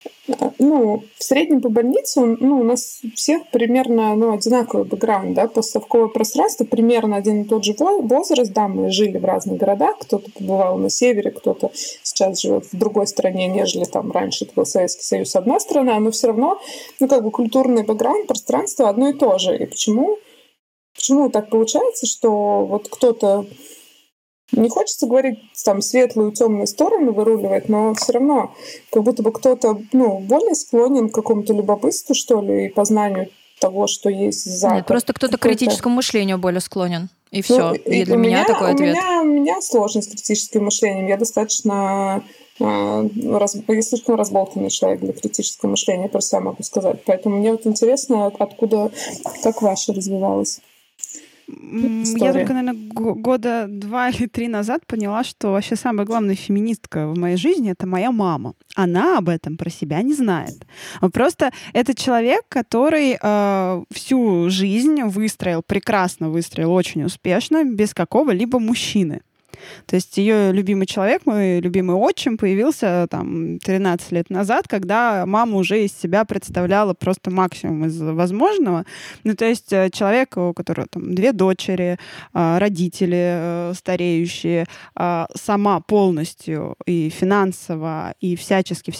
В среднем по больнице у нас всех примерно одинаковый бэкграунд, да, постсовковое пространство, примерно один и тот же возраст, да, мы жили в разных городах, кто-то побывал на севере, кто-то сейчас живет в другой стране, нежели там раньше это был Советский Союз, одна страна, но все равно, культурный бэкграунд, пространство одно и то же. И почему так получается, что вот кто-то, не хочется говорить, там, светлую, темную сторону выруливает, но все равно как будто бы кто-то, более склонен к какому-то любопытству, что ли, и познанию того, что есть за... Нет, просто кто-то к критическому мышлению более склонен. И все. И для меня такой ответ. У меня сложно с критическим мышлением. Я достаточно... Я слишком разболтанный человек для критического мышления, просто я могу сказать. Поэтому мне вот интересно, как ваше развивалось. История. Я только, наверное, года 2 или 3 назад поняла, что вообще самая главная феминистка в моей жизни — это моя мама. Она об этом про себя не знает. Просто это человек, который всю жизнь прекрасно выстроил, очень успешно, без какого-либо мужчины. То есть ее любимый человек, мой любимый отчим, появился там 13 лет назад, когда мама уже из себя представляла просто максимум из возможного. То есть человек, у которого там 2 дочери, родители стареющие, сама полностью и финансово, и всячески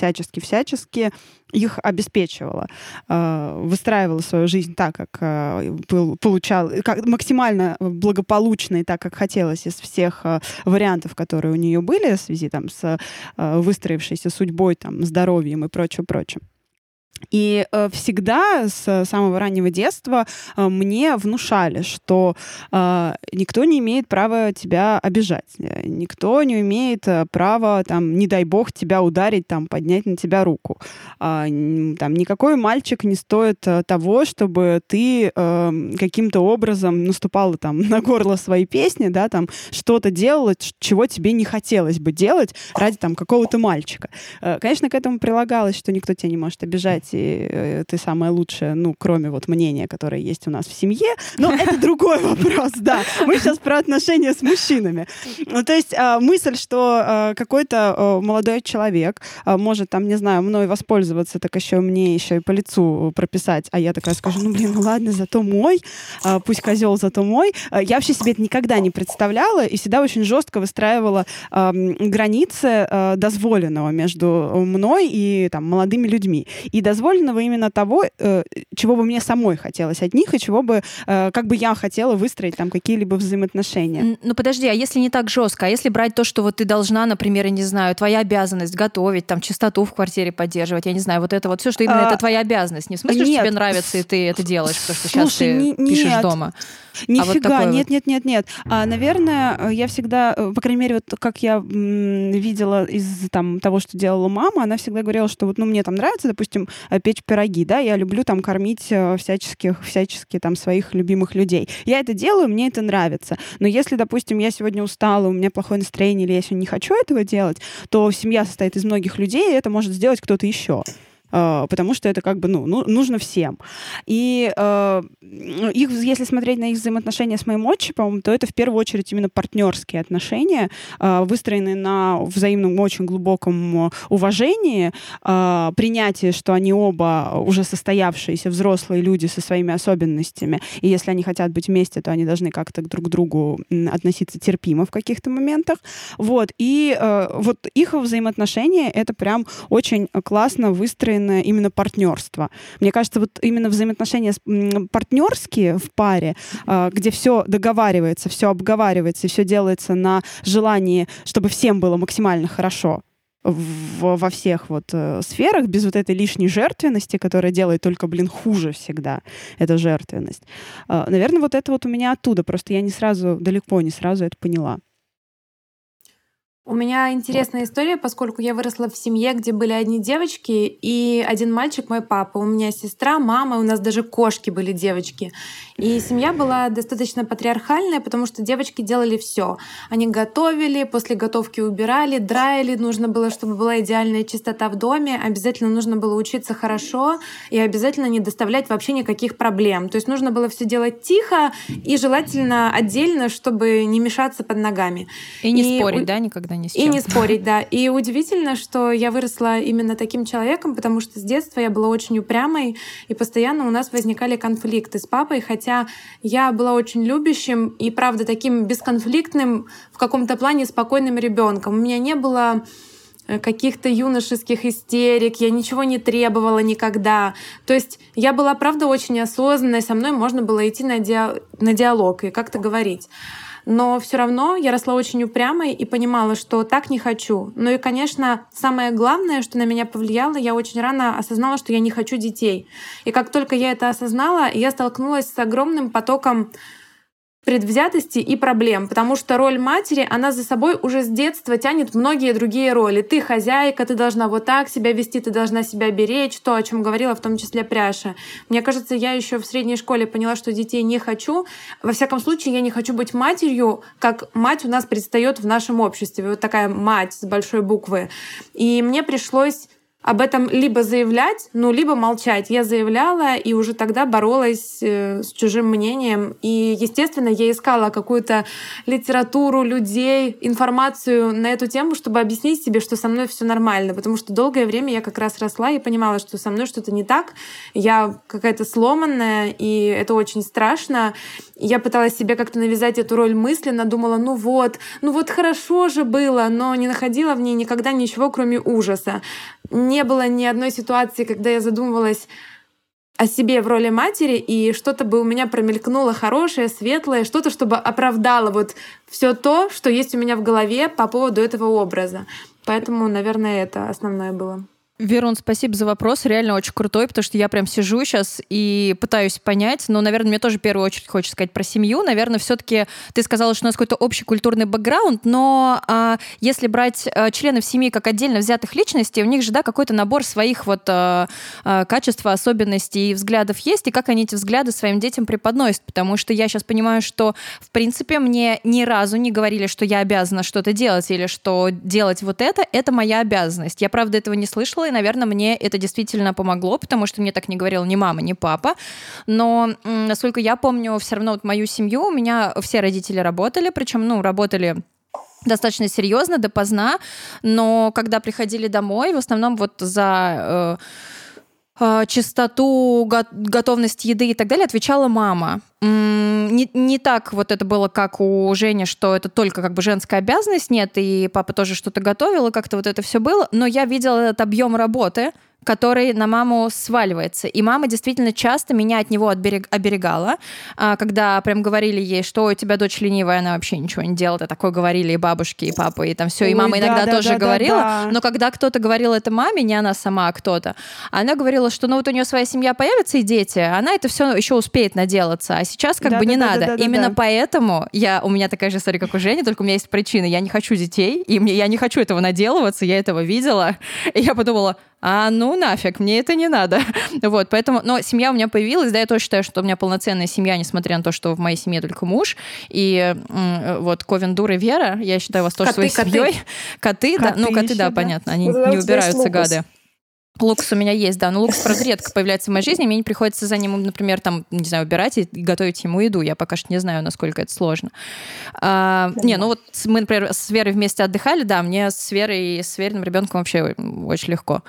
их обеспечивала, выстраивала свою жизнь так, как получала, максимально благополучно и так, как хотелось из всех вариантов, которые у нее были в связи там, с выстроившейся судьбой, там, здоровьем и прочим. И всегда с самого раннего детства мне внушали, что никто не имеет права тебя обижать, никто не имеет права, там, не дай бог, тебя ударить, там, поднять на тебя руку. Там, никакой мальчик не стоит того, чтобы ты каким-то образом наступала там, на горло своей песни, да, там, что-то делала, чего тебе не хотелось бы делать ради там, какого-то мальчика. Конечно, к этому прилагалось, что никто тебя не может обижать, и ты самая лучшая, кроме вот мнения, которое есть у нас в семье. Но это другой вопрос, да. Мы сейчас про отношения с мужчинами. То есть мысль, что какой-то молодой человек может, там, не знаю, мной воспользоваться, так мне еще и по лицу прописать, а я такая скажу, ладно, зато мой, пусть козел, зато мой. Я вообще себе это никогда не представляла и всегда очень жестко выстраивала границы дозволенного между мной и там, молодыми людьми. И дозволенного именно того, чего бы мне самой хотелось от них, и чего бы, как бы я хотела выстроить там какие-либо взаимоотношения. Подожди, а если не так жестко, а если брать то, что вот ты должна, например, я не знаю, твоя обязанность готовить, там, чистоту в квартире поддерживать, я не знаю, вот это вот все, что именно это твоя обязанность, не в смысле, что тебе нравится, и ты это делаешь, потому что сейчас ты пишешь дома. Нифига, нет. Наверное, я всегда, по крайней мере, вот как я видела из там, того, что делала мама, она всегда говорила, что вот, мне там нравится, допустим, печь пироги, да, я люблю там кормить всячески там своих любимых людей. Я это делаю, мне это нравится. Но если, допустим, я сегодня устала, у меня плохое настроение, или я сегодня не хочу этого делать, то семья состоит из многих людей, и это может сделать кто-то еще. Потому что это как бы, нужно всем. И если смотреть на их взаимоотношения с моим отчимом, то это в первую очередь именно партнерские отношения, выстроенные на взаимном очень глубоком уважении, принятии, что они оба уже состоявшиеся взрослые люди со своими особенностями, и если они хотят быть вместе, то они должны как-то друг к другу относиться терпимо в каких-то моментах. Вот. И вот их взаимоотношения — это прям очень классно выстроено именно партнерство. Мне кажется, вот именно взаимоотношения партнерские в паре, где все договаривается, все обговаривается, и все делается на желании, чтобы всем было максимально хорошо во всех вот сферах, без вот этой лишней жертвенности, которая делает только, хуже всегда, эта жертвенность. Наверное, вот это вот у меня оттуда, просто я далеко не сразу это поняла. У меня интересная история, поскольку я выросла в семье, где были одни девочки и один мальчик, мой папа. У меня сестра, мама, у нас даже кошки были девочки. И семья была достаточно патриархальная, потому что девочки делали все. Они готовили, после готовки убирали, драили. Нужно было, чтобы была идеальная чистота в доме. Обязательно нужно было учиться хорошо и обязательно не доставлять вообще никаких проблем. То есть нужно было все делать тихо и желательно отдельно, чтобы не мешаться под ногами. И не спорить, да, никогда ни с чем. И не спорить, да. И удивительно, что я выросла именно таким человеком, потому что с детства я была очень упрямой, и постоянно у нас возникали конфликты с папой, хотя я была очень любящим и, правда, таким бесконфликтным, в каком-то плане спокойным ребенком. У меня не было каких-то юношеских истерик, я ничего не требовала никогда. То есть я была, правда, очень осознанной, со мной можно было идти на диалог и как-то говорить. Но все равно я росла очень упрямой и понимала, что так не хочу. Ну и, конечно, самое главное, что на меня повлияло, я очень рано осознала, что я не хочу детей. И как только я это осознала, я столкнулась с огромным потоком предвзятости и проблем, потому что роль матери, она за собой уже с детства тянет многие другие роли. Ты хозяйка, ты должна вот так себя вести, ты должна себя беречь, то, о чем говорила в том числе Пряша. Мне кажется, я еще в средней школе поняла, что детей не хочу. Во всяком случае, я не хочу быть матерью, как мать у нас предстает в нашем обществе. Вот такая мать с большой буквы. И мне пришлось об этом либо заявлять, либо молчать. Я заявляла и уже тогда боролась с чужим мнением. И, естественно, я искала какую-то литературу, людей, информацию на эту тему, чтобы объяснить себе, что со мной все нормально. Потому что долгое время я как раз росла и понимала, что со мной что-то не так. Я какая-то сломанная, и это очень страшно. Я пыталась себе как-то навязать эту роль мысленно, думала, ну вот хорошо же было, но не находила в ней никогда ничего, кроме ужаса. Не было ни одной ситуации, когда я задумывалась о себе в роли матери, и что-то бы у меня промелькнуло хорошее, светлое, что-то, чтобы оправдало вот все то, что есть у меня в голове по поводу этого образа. Поэтому, наверное, это основное было. Верун, спасибо за вопрос, реально очень крутой, потому что я прям сижу сейчас и пытаюсь понять, но, наверное, мне тоже в первую очередь хочется сказать про семью. Наверное, все-таки ты сказала, что у нас какой-то общий культурный бэкграунд, но если брать членов семьи как отдельно взятых личностей, у них же, да, какой-то набор своих вот качеств, особенностей и взглядов есть, и как они эти взгляды своим детям преподносят, потому что я сейчас понимаю, что, в принципе, мне ни разу не говорили, что я обязана что-то делать или что делать вот это моя обязанность. Я, правда, этого не слышала, и, наверное, мне это действительно помогло, потому что мне так не говорила ни мама, ни папа. Но, насколько я помню, все равно вот мою семью, у меня все родители работали, причем, работали достаточно серьезно, допоздна, но когда приходили домой, в основном вот за чистоту, готовность еды и так далее отвечала мама. Не так вот это было, как у Жени, что это только как бы женская обязанность, нет, и папа тоже что-то готовил, и как-то вот это все было, но я видела этот объем работы, который на маму сваливается. И мама действительно часто меня от него оберегала, когда прям говорили ей, что у тебя дочь ленивая, она вообще ничего не делает. А такое говорили и бабушки, и папа, и там все. И мама иногда тоже говорила. Но когда кто-то говорил это маме, не она сама, а кто-то, она говорила, что вот у нее своя семья появится и дети, она это все еще успеет наделаться. А сейчас как бы не надо. Именно поэтому у меня такая же история, как у Жени, только у меня есть причина. Я не хочу детей, и я не хочу этого наделываться, я этого видела. И я подумала, нафиг, мне это не надо. Вот, поэтому, но семья у меня появилась, да, я тоже считаю, что у меня полноценная семья, несмотря на то, что в моей семье только муж. И вот Ковен, Дур и Вера, я считаю вас тоже своей семьей. Коты, да, коты, да, понятно, они не убираются, гады. Лукас у меня есть, да, но Лукас, правда, редко появляется в моей жизни, мне не приходится за ним, например, там, не знаю, убирать и готовить ему еду. Я пока что не знаю, насколько это сложно. Вот мы, например, с Верой вместе отдыхали, да, мне с Вериным ребенком вообще очень легко.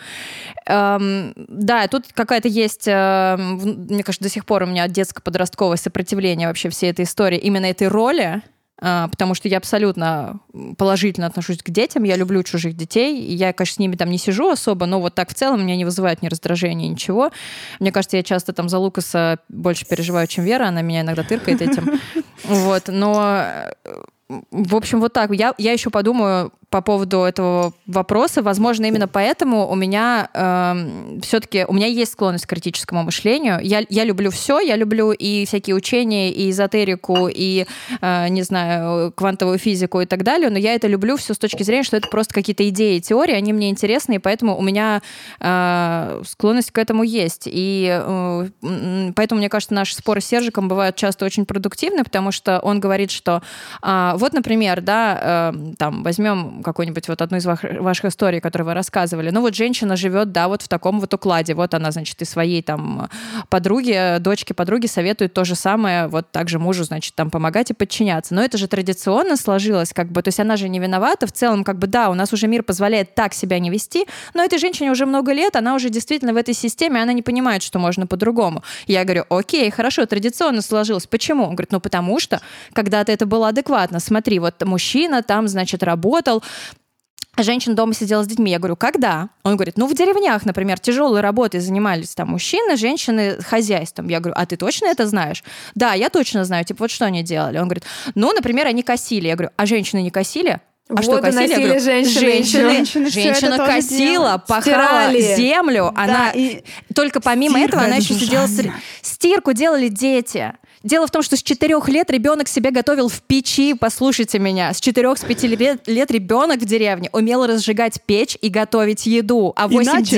Да, тут какая-то есть, мне кажется, до сих пор у меня детско-подростковое сопротивление вообще всей этой истории, именно этой роли, потому что я абсолютно положительно отношусь к детям, я люблю чужих детей, и я, конечно, с ними там не сижу особо, но вот так в целом меня не вызывает ни раздражения, ничего. Мне кажется, я часто там за Лукаса больше переживаю, чем Вера, она меня иногда тыркает этим. Вот, но... В общем, вот так. Я еще подумаю по поводу этого вопроса. Возможно, именно поэтому у меня все-таки у меня есть склонность к критическому мышлению. Я люблю все, я люблю и всякие учения, и эзотерику, и, не знаю, квантовую физику и так далее, но я это люблю все с точки зрения, что это просто какие-то идеи, теории, они мне интересны, и поэтому у меня склонность к этому есть. И поэтому, мне кажется, наши споры с Сержиком бывают часто очень продуктивны, потому что он говорит, что вот, например, да, там, возьмем какую-нибудь вот одну из ваших историй, которую вы рассказывали, ну вот женщина живет, да, вот в таком вот укладе, вот она, значит, и своей там подруге, дочке подруги советует то же самое, вот также мужу, значит, там помогать и подчиняться. Но это же традиционно сложилось, как бы, то есть она же не виновата, в целом, как бы, да, у нас уже мир позволяет так себя не вести, но этой женщине уже много лет, она уже действительно в этой системе, она не понимает, что можно по-другому. Я говорю, окей, хорошо, традиционно сложилось. Почему? Он говорит, ну потому что когда-то это было адекватно. Смотри, вот мужчина там, значит, работал, женщина дома сидела с детьми. Я говорю, когда? Он говорит, ну в деревнях, например, тяжелой работой занимались там мужчины, женщины хозяйством. Я говорю, а ты точно это знаешь? Да, я точно знаю. Типа, вот что они делали? Он говорит, ну, например, они косили. Я говорю, а женщины не косили? А вот что косили? Говорю, женщина косила, пахала землю. Да, она только помимо этого она еще сидела стирку делали дети. Дело в том, что с 4 лет ребенок себя готовил в печи, послушайте меня. С 4-5 лет ребенок в деревне умел разжигать печь и готовить еду. А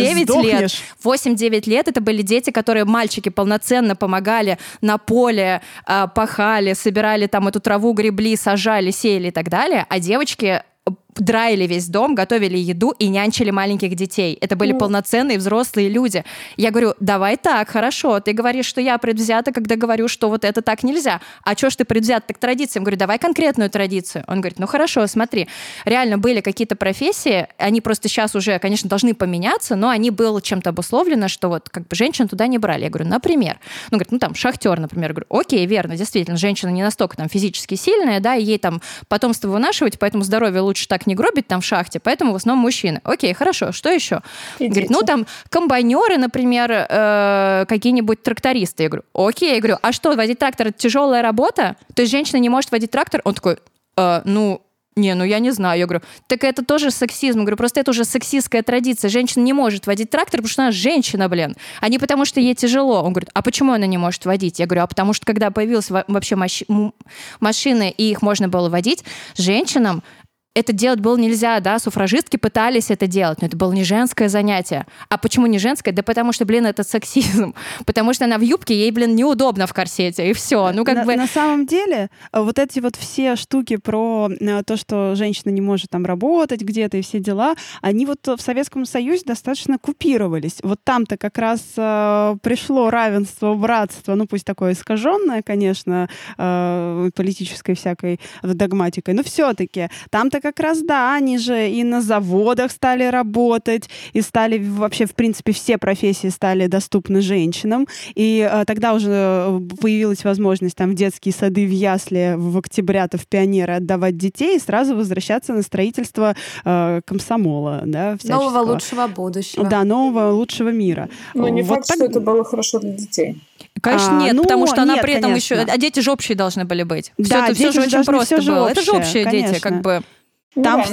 8-9 лет это были дети, которые, мальчики, полноценно помогали на поле, пахали, собирали там эту траву, гребли, сажали, сеяли и так далее. А девочки драили весь дом, готовили еду и нянчили маленьких детей. Это были полноценные взрослые люди. Я говорю, давай так, хорошо, ты говоришь, что я предвзята, когда говорю, что вот это так нельзя. А что ж ты предвзят так к традициям? Я говорю, давай конкретную традицию. Он говорит, ну хорошо, смотри, реально были какие-то профессии, они просто сейчас уже, конечно, должны поменяться, но они было чем-то обусловлено, что вот как бы женщин туда не брали. Я говорю, например. Он говорит, ну там шахтер, например. Я говорю, окей, верно, действительно, женщина не настолько там физически сильная, да, и ей там потомство вынашивать, поэтому здоровье лучше так не гробить там в шахте, поэтому в основном мужчины. Окей, хорошо, что еще? Говорит, ну там комбайнеры, например, какие-нибудь трактористы. Я говорю, окей, я говорю, а что, водить трактор — это тяжелая работа? То есть женщина не может водить трактор? Он такой, ну я не знаю. Я говорю, так это тоже сексизм. Я говорю, просто это уже сексистская традиция. Женщина не может водить трактор, потому что она женщина, блин. А не потому, что ей тяжело. Он говорит, а почему она не может водить? Я говорю, а потому что когда появилась вообще машины, и их можно было водить, женщинам это делать было нельзя, да, суфражистки пытались это делать, но это было не женское занятие. А почему не женское? Да потому что, блин, это сексизм. Потому что она в юбке, ей, блин, неудобно в корсете, и все. Ну, как бы... На самом деле, вот эти вот все штуки про то, что женщина не может там работать где-то и все дела, они вот в Советском Союзе достаточно купировались. Вот там-то как раз пришло равенство, братство, ну, пусть такое искаженное, конечно, политической всякой догматикой, но все-таки там-то как раз, да, они же и на заводах стали работать, и стали вообще, в принципе, все профессии стали доступны женщинам, и тогда уже появилась возможность там в детские сады, в ясли, в октябрята, в пионеры отдавать детей и сразу возвращаться на строительство комсомола, да, всяческого. Нового лучшего будущего. Да, нового лучшего мира. Но не вот факт, что это было хорошо для детей. Конечно, нет, потому что она при этом еще... А дети же общие должны были быть. Да, все же очень просто было. Это же общие конечно. Дети, как бы... Там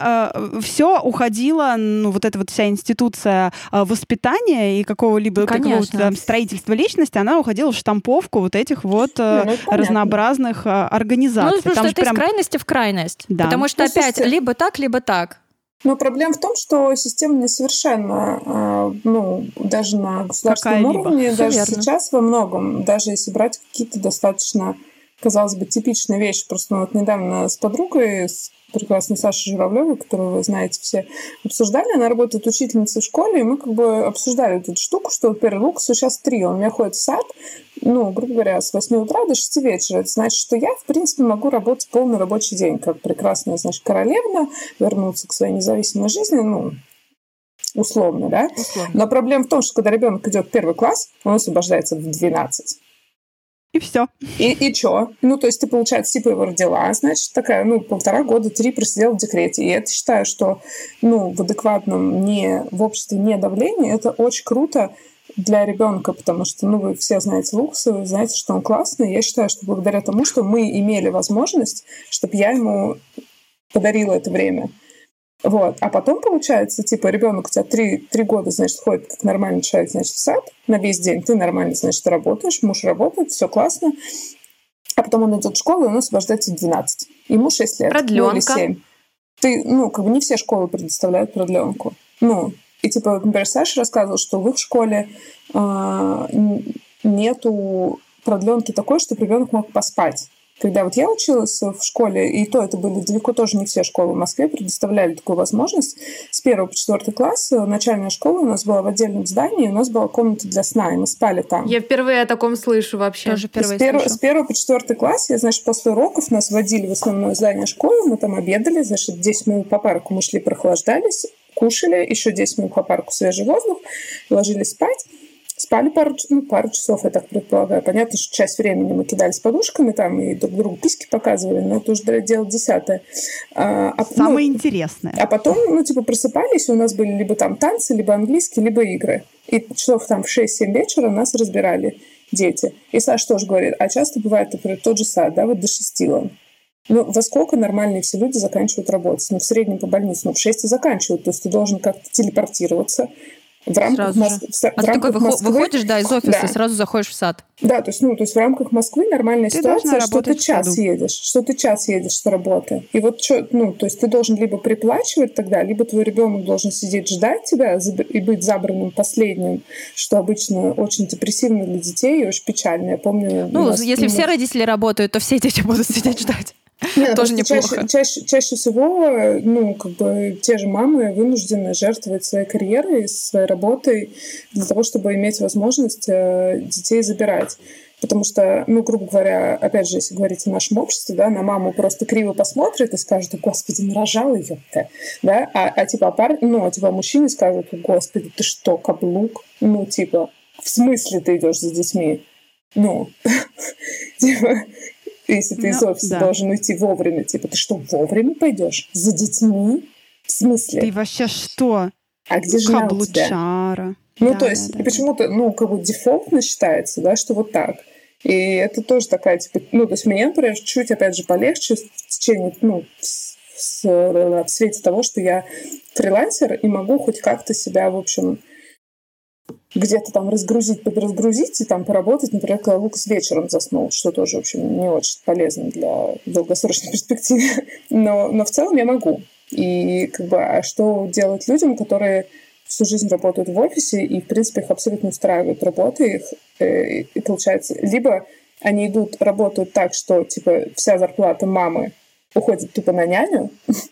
все уходило, ну, вот эта вот вся институция воспитания и какого-либо там строительства личности, она уходила в штамповку вот этих вот разнообразных организаций. Ну, потому что это из крайности в крайность. Да. Потому что опять либо так, либо так. Но проблема в том, что система несовершенна, даже на государственном уровне, даже сейчас во многом, даже если брать какие-то достаточно, казалось бы, типичные вещи. Просто вот недавно с подругой, с прекрасной Сашей Журавлевой, которую вы знаете все, обсуждали. Она работает учительницей в школе, и мы как бы обсуждали эту штуку, что, например, Лукасу сейчас 3, он у меня ходит в сад, грубо говоря, с 8 утра до 6 вечера. Это значит, что я, в принципе, могу работать полный рабочий день, как прекрасная, значит, королевна, вернуться к своей независимой жизни, условно, да? Условно. Но проблема в том, что когда ребенок идет в 1 класс, он освобождается в 12. И все. И чё? То есть ты, получается, типа его родила, значит, такая, 1,5 года, 3 просидела в декрете. И это считаю, что, в адекватном, в обществе не давлении, это очень круто для ребенка, потому что, вы все знаете Лукаса, вы знаете, что он классный. Я считаю, что благодаря тому, что мы имели возможность, чтобы я ему подарила это время. Вот. А потом, получается, типа, ребенок у тебя 3 года, значит, ходит как нормальный человек, значит, в сад на весь день. Ты нормально, значит, работаешь, муж работает, все классно. А потом он идет в школу, и он освобождается в 12. Ему 6 лет. Продленка. Или 7. Ты, как бы не все школы предоставляют продленку. И, типа, например, Саша рассказывал, что в их школе нету продленки такой, чтобы ребенок мог поспать. Когда вот я училась в школе, и то это были далеко тоже не все школы в Москве, предоставляли такую возможность. С 1 по 4 класс начальная школа у нас была в отдельном здании, у нас была комната для сна, и мы спали там. Я впервые о таком слышу вообще. Тоже впервые слышу. С 1 по 4 класс, я, значит, после уроков нас водили в основное здание школы, мы там обедали, значит, 10 минут по парку мы шли, прохлаждались, кушали, еще 10 минут по парку свежий воздух, ложились спать. Спали пару часов, я так предполагаю. Понятно, что часть времени мы кидались подушками там и друг другу письки показывали, но это уже дело 10-е. Самое интересное. А потом, просыпались, и у нас были либо там танцы, либо английский, либо игры. И часов там в 6-7 вечера нас разбирали дети. И Саша тоже говорит, а часто бывает, например, тот же сад, да, вот до 6 он. Во сколько нормальные все люди заканчивают работать? В среднем по больнице, в 6 и заканчивают. То есть ты должен как-то телепортироваться. В рамках Москвы. А ты такой выходишь, из офиса, и сразу заходишь в сад. Да, то есть в рамках Москвы нормальная ситуация, что ты час едешь с работы. И вот то есть ты должен либо приплачивать тогда, либо твой ребенок должен сидеть ждать тебя и быть забранным последним, что обычно очень депрессивно для детей и очень печально. Я помню... если все родители работают, то все дети будут сидеть ждать. Нет, тоже неплохо. Чаще всего, те же мамы вынуждены жертвовать своей карьерой, своей работой для того, чтобы иметь возможность детей забирать. Потому что, грубо говоря, опять же, если говорить о нашем обществе, да, на маму просто криво посмотрит и скажет: «Господи, нарожала ёпта», да, а мужчине скажут: «Господи, ты что, каблук?» В смысле ты идешь за детьми? Если ты из офиса должен уйти вовремя, ты что, вовремя пойдешь? За детьми? В смысле? Ты вообще что? А где жена у тебя? Каблучара. И почему-то, дефолтно считается, да, что вот так. И это тоже такая, то есть мне, например, чуть, опять же, полегче в течение, в свете того, что я фрилансер и могу хоть как-то себя, в общем, где-то там подразгрузить и там поработать, например, когда Лукас вечером заснул, что тоже, в общем, не очень полезно для долгосрочной перспективы. Но в целом я могу. И а что делать людям, которые всю жизнь работают в офисе, и, в принципе, их абсолютно устраивает работа их, и получается, либо они работают так, что, вся зарплата мамы уходит тупо на няню.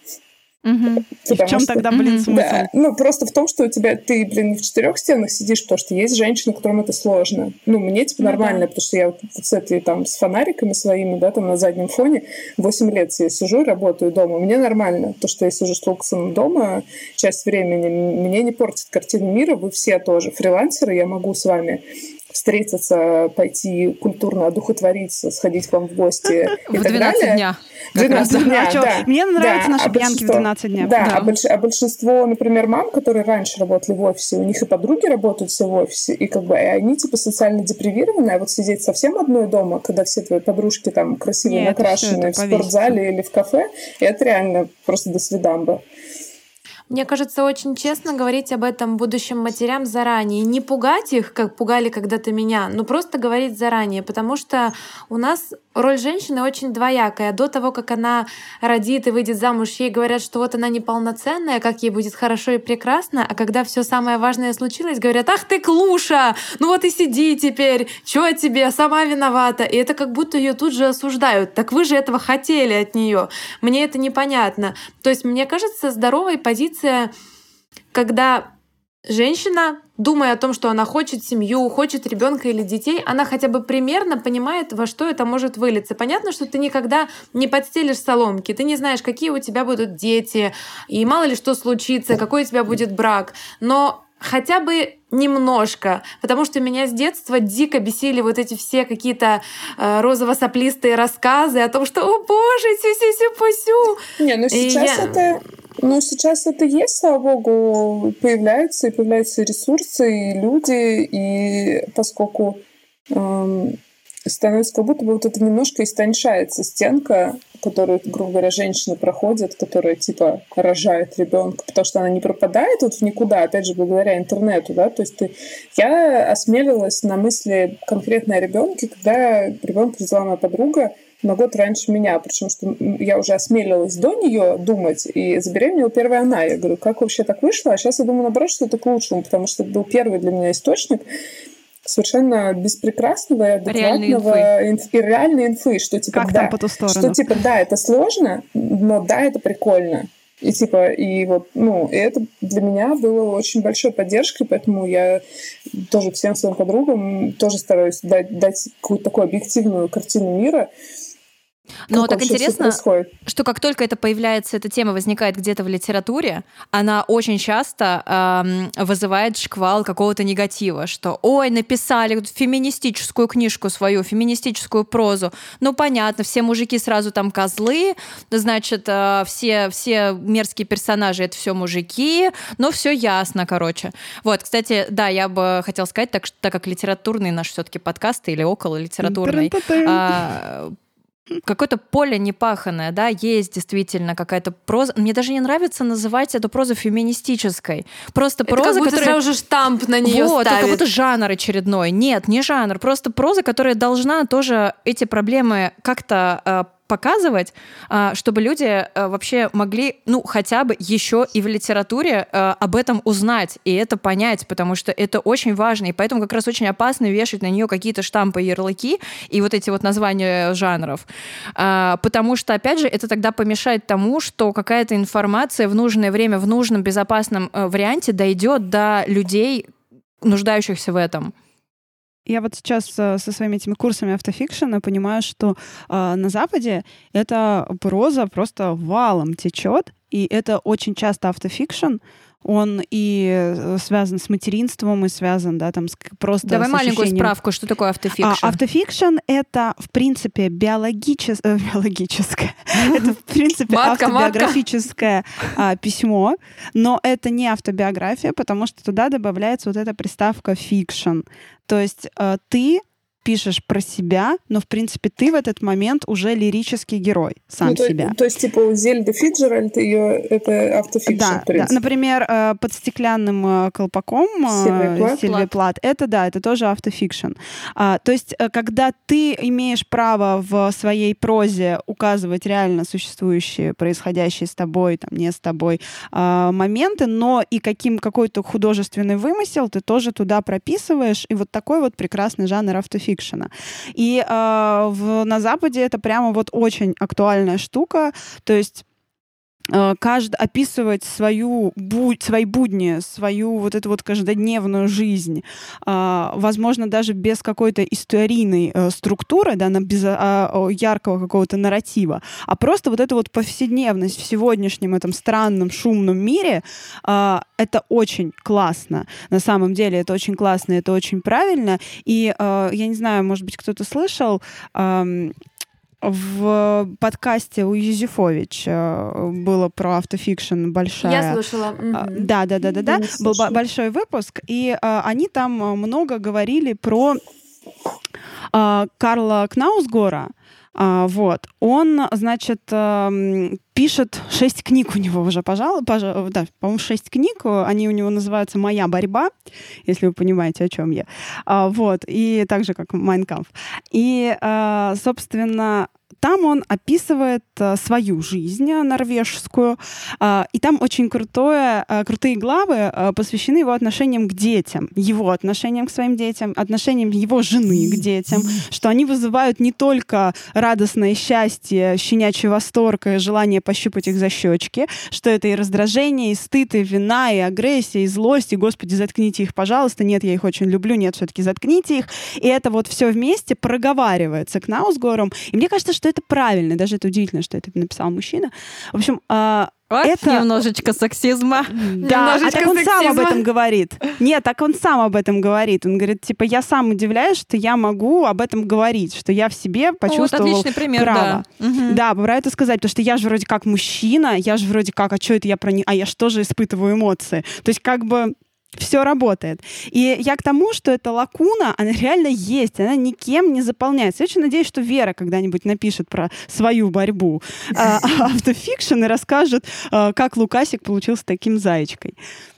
И в чем тогда, смысл? Да, просто в том, что ты, в 4 стенах сидишь, потому что есть женщины, которым это сложно. Мне, нормально, потому что я с фонариками своими, да, там на заднем фоне 8 лет я сижу и работаю дома. Мне нормально. То, что я сижу с Лукасом дома часть времени, мне не портит картину мира. Вы все тоже фрилансеры, я могу с вами встретиться, пойти культурно одухотвориться, сходить к вам в гости и в так 12 далее. дня. В 12 дня, да. Мне нравятся наши пьянки в 12 дня. Да, а большинство, например, мам, которые раньше работали в офисе, у них и подруги работают все в офисе, и они социально депривированы, а вот сидеть совсем одной дома, когда все твои подружки там красиво накрашены в спортзале или в кафе, это реально просто до свидания. Мне кажется, очень честно говорить об этом будущим матерям заранее. Не пугать их, как пугали когда-то меня, но просто говорить заранее, потому что у нас роль женщины очень двоякая. До того, как она родит и выйдет замуж, ей говорят, что вот она неполноценная, как ей будет хорошо и прекрасно, а когда все самое важное случилось, говорят: «Ах ты, клуша! Ну вот и сиди теперь! Чё тебе? Сама виновата!» И это как будто ее тут же осуждают. Так вы же этого хотели от нее. Мне это непонятно. То есть, мне кажется, здоровой позиция, когда женщина, думая о том, что она хочет семью, хочет ребенка или детей, она хотя бы примерно понимает, во что это может вылиться. Понятно, что ты никогда не подстелишь соломки, ты не знаешь, какие у тебя будут дети, и мало ли что случится, какой у тебя будет брак. Но хотя бы немножко, потому что меня с детства дико бесили вот эти все какие-то розово-соплистые рассказы о том, что «О боже, сю-сю-сю-пусю». Не, сейчас это есть, слава богу, появляются ресурсы, и люди, и поскольку становится как будто бы вот это немножко истончается стенка, которую, грубо говоря, женщины проходят, которая типа рожает ребенка, потому что она не пропадает вот в никуда, опять же, благодаря интернету, да, то есть я осмелилась на мысли конкретно о ребенке, когда ребенка взяла моя подруга на год раньше меня, причем что я уже осмелилась до нее думать, и забеременела первая она. Я говорю, как вообще так вышло? А сейчас я думаю, наоборот, что это к лучшему, потому что это был первый для меня источник совершенно беспрекрасного, адекватного и реальной инфы, что типа как да, там по ту сторону? Что типа да, это сложно, но да, это прикольно. И типа, и вот, ну, и это для меня было очень большой поддержкой, поэтому я тоже всем своим подругам тоже стараюсь дать какую-то такую объективную картину мира. Но так интересно, что как только это появляется, эта тема возникает где-то в литературе, она очень часто вызывает шквал какого-то негатива, что ой, написали феминистическую книжку свою, феминистическую прозу. Ну, понятно, все мужики сразу там козлы, значит, все мерзкие персонажи — это все мужики, но все ясно, короче. Вот, кстати, да, я бы хотела сказать, так как литературный наш все-таки подкаст или около литературный, какое-то поле непаханное, да, есть действительно какая-то проза. Мне даже не нравится называть эту прозу феминистической. Просто это проза, как будто которая... сразу же штамп на нее вот, ставит. как будто жанр очередной. Нет, не жанр. Просто проза, которая должна тоже эти проблемы как-то показывать, чтобы люди вообще могли, ну, хотя бы еще и в литературе об этом узнать и это понять, потому что это очень важно, и поэтому как раз очень опасно вешать на нее какие-то штампы, ярлыки и вот эти вот названия жанров, потому что, опять же, это тогда помешает тому, что какая-то информация в нужное время, в нужном безопасном варианте дойдет до людей, нуждающихся в этом. Я вот сейчас со своими этими курсами автофикшена понимаю, что на Западе эта проза просто валом течет, и это очень часто автофикшн. Он и связан с материнством, и связан, да, там, просто Давай с маленькую ощущением... справку, что такое автофикшн. Автофикшн — это, в принципе, биологическое... Это, в принципе, автобиографическое письмо, но это не автобиография, потому что туда добавляется вот эта приставка «фикшн». То есть ты пишешь про себя, но, в принципе, ты в этот момент уже лирический герой сам себя. То есть, типа, у Зельды Фицджеральд это автофикшн, да, в принципе. Да. Например, «Под стеклянным колпаком» Сильвии Плат, это тоже автофикшн. То есть, когда ты имеешь право в своей прозе указывать реально существующие, происходящие с тобой, там, не с тобой моменты, но и какой-то художественный вымысел ты тоже туда прописываешь, и вот такой вот прекрасный жанр автофикшн. И на Западе это прямо вот очень актуальная штука. То есть описывать свои будни, свою вот эту вот каждодневную жизнь, возможно, даже без какой-то историйной структуры, да, без яркого какого-то нарратива, а просто вот эта вот повседневность в сегодняшнем этом странном, шумном мире, это очень классно. На самом деле это очень классно, это очень правильно. И я не знаю, может быть, кто-то слышал, в подкасте у Юзефович было про автофикшн большая... Я слушала. Да. Был большой выпуск, и они там много говорили про Карла Кнаусгора. Вот. Он, значит, пишет 6 книг у него уже, по-моему, 6 книг. Они у него называются «Моя борьба», если вы понимаете, о чем я. Вот. И так же, как «Майн кампф». И, собственно, там он описывает свою жизнь норвежскую, и там очень крутые главы посвящены его отношениям к детям, его отношениям к своим детям, отношениям его жены к детям, что они вызывают не только радостное счастье, щенячий восторг и желание пощупать их за щечки, что это и раздражение, и стыд, и вина, и агрессия, и злость, и, господи, заткните их, пожалуйста, нет, я их очень люблю, нет, все-таки заткните их. И это вот все вместе проговаривается Кнаусгором. И мне кажется, что это правильно, даже это удивительно, что это написал мужчина. В общем, это... Немножечко сексизма. Да, а так он сам об этом говорит. Нет, так он сам об этом говорит. Он говорит, типа, я сам удивляюсь, что я могу об этом говорить, что я в себе почувствовал вот отличный пример, право. Да. Угу. Да, про это сказать, потому что я же вроде как мужчина, я же вроде как, а что это я про них, а я же тоже испытываю эмоции. То есть как бы все работает. И я к тому, что эта лакуна, она реально есть, она никем не заполняется. Я очень надеюсь, что Вера когда-нибудь напишет про свою борьбу автофикшн и расскажет, как Лукасик получился таким заячкой.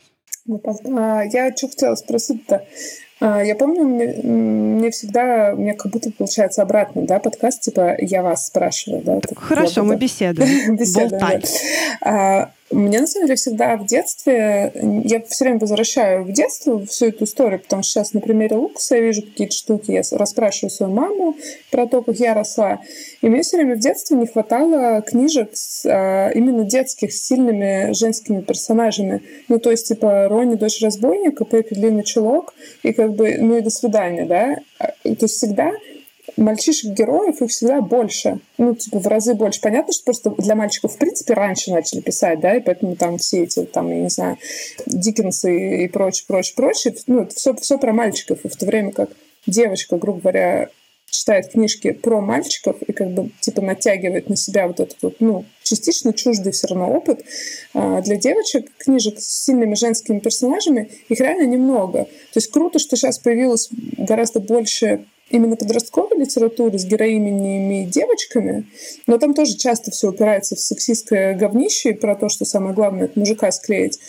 Я что хотела спросить-то? Я помню, мне как будто получается обратно, да, подкаст, типа я вас спрашиваю, да. Хорошо, мы беседуем. Болтай. Мне, на самом деле, всегда в детстве, я все время возвращаю в детство всю эту историю, потому что сейчас на примере Лукаса я вижу какие-то штуки, я расспрашиваю свою маму про то, как я росла. И мне все время в детстве не хватало книжек именно детских с сильными женскими персонажами. Ну, то есть, типа, Ронни, дочь разбойника, Пеппи, длинный чулок, и как бы, ну и до свидания, да. То есть всегда мальчишек-героев, их всегда больше. Ну, типа, в разы больше. Понятно, что просто для мальчиков, в принципе, раньше начали писать, да, и поэтому там все эти, там, я не знаю, Диккенсы и прочее. Ну, это все про мальчиков. И в то время как девочка, грубо говоря, читает книжки про мальчиков и как бы, типа, натягивает на себя вот этот вот, ну, частично чуждый все равно опыт. Для девочек книжек с сильными женскими персонажами их реально немного. То есть круто, что сейчас появилось гораздо больше именно подростковой литературы с героинями и девочками, но там тоже часто все упирается в сексистское говнище и про то, что самое главное — это мужика склеить.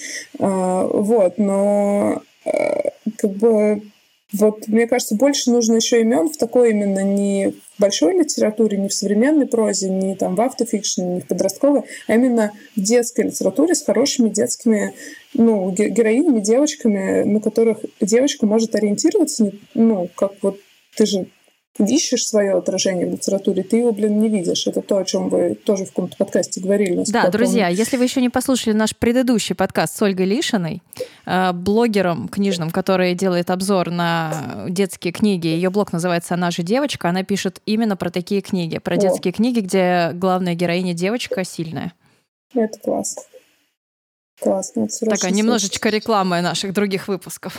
Вот, но как бы вот, мне кажется, больше нужно еще имен в такой именно не в большой литературе, не в современной прозе, не там в автофикшне, не в подростковой, а именно в детской литературе с хорошими детскими, ну, героинями, девочками, на которых девочка может ориентироваться, ну, как вот ты же ищешь свое отражение в литературе, ты его, не видишь. Это то, о чем вы тоже в каком-то подкасте говорили. Да, друзья, если вы еще не послушали наш предыдущий подкаст с Ольгой Лишиной, блогером книжным, который делает обзор на детские книги, ее блог называется «Она же девочка», она пишет именно про такие книги, про детские книги, где главная героиня девочка сильная. Это классно. Классно. Такая немножечко реклама наших других выпусков.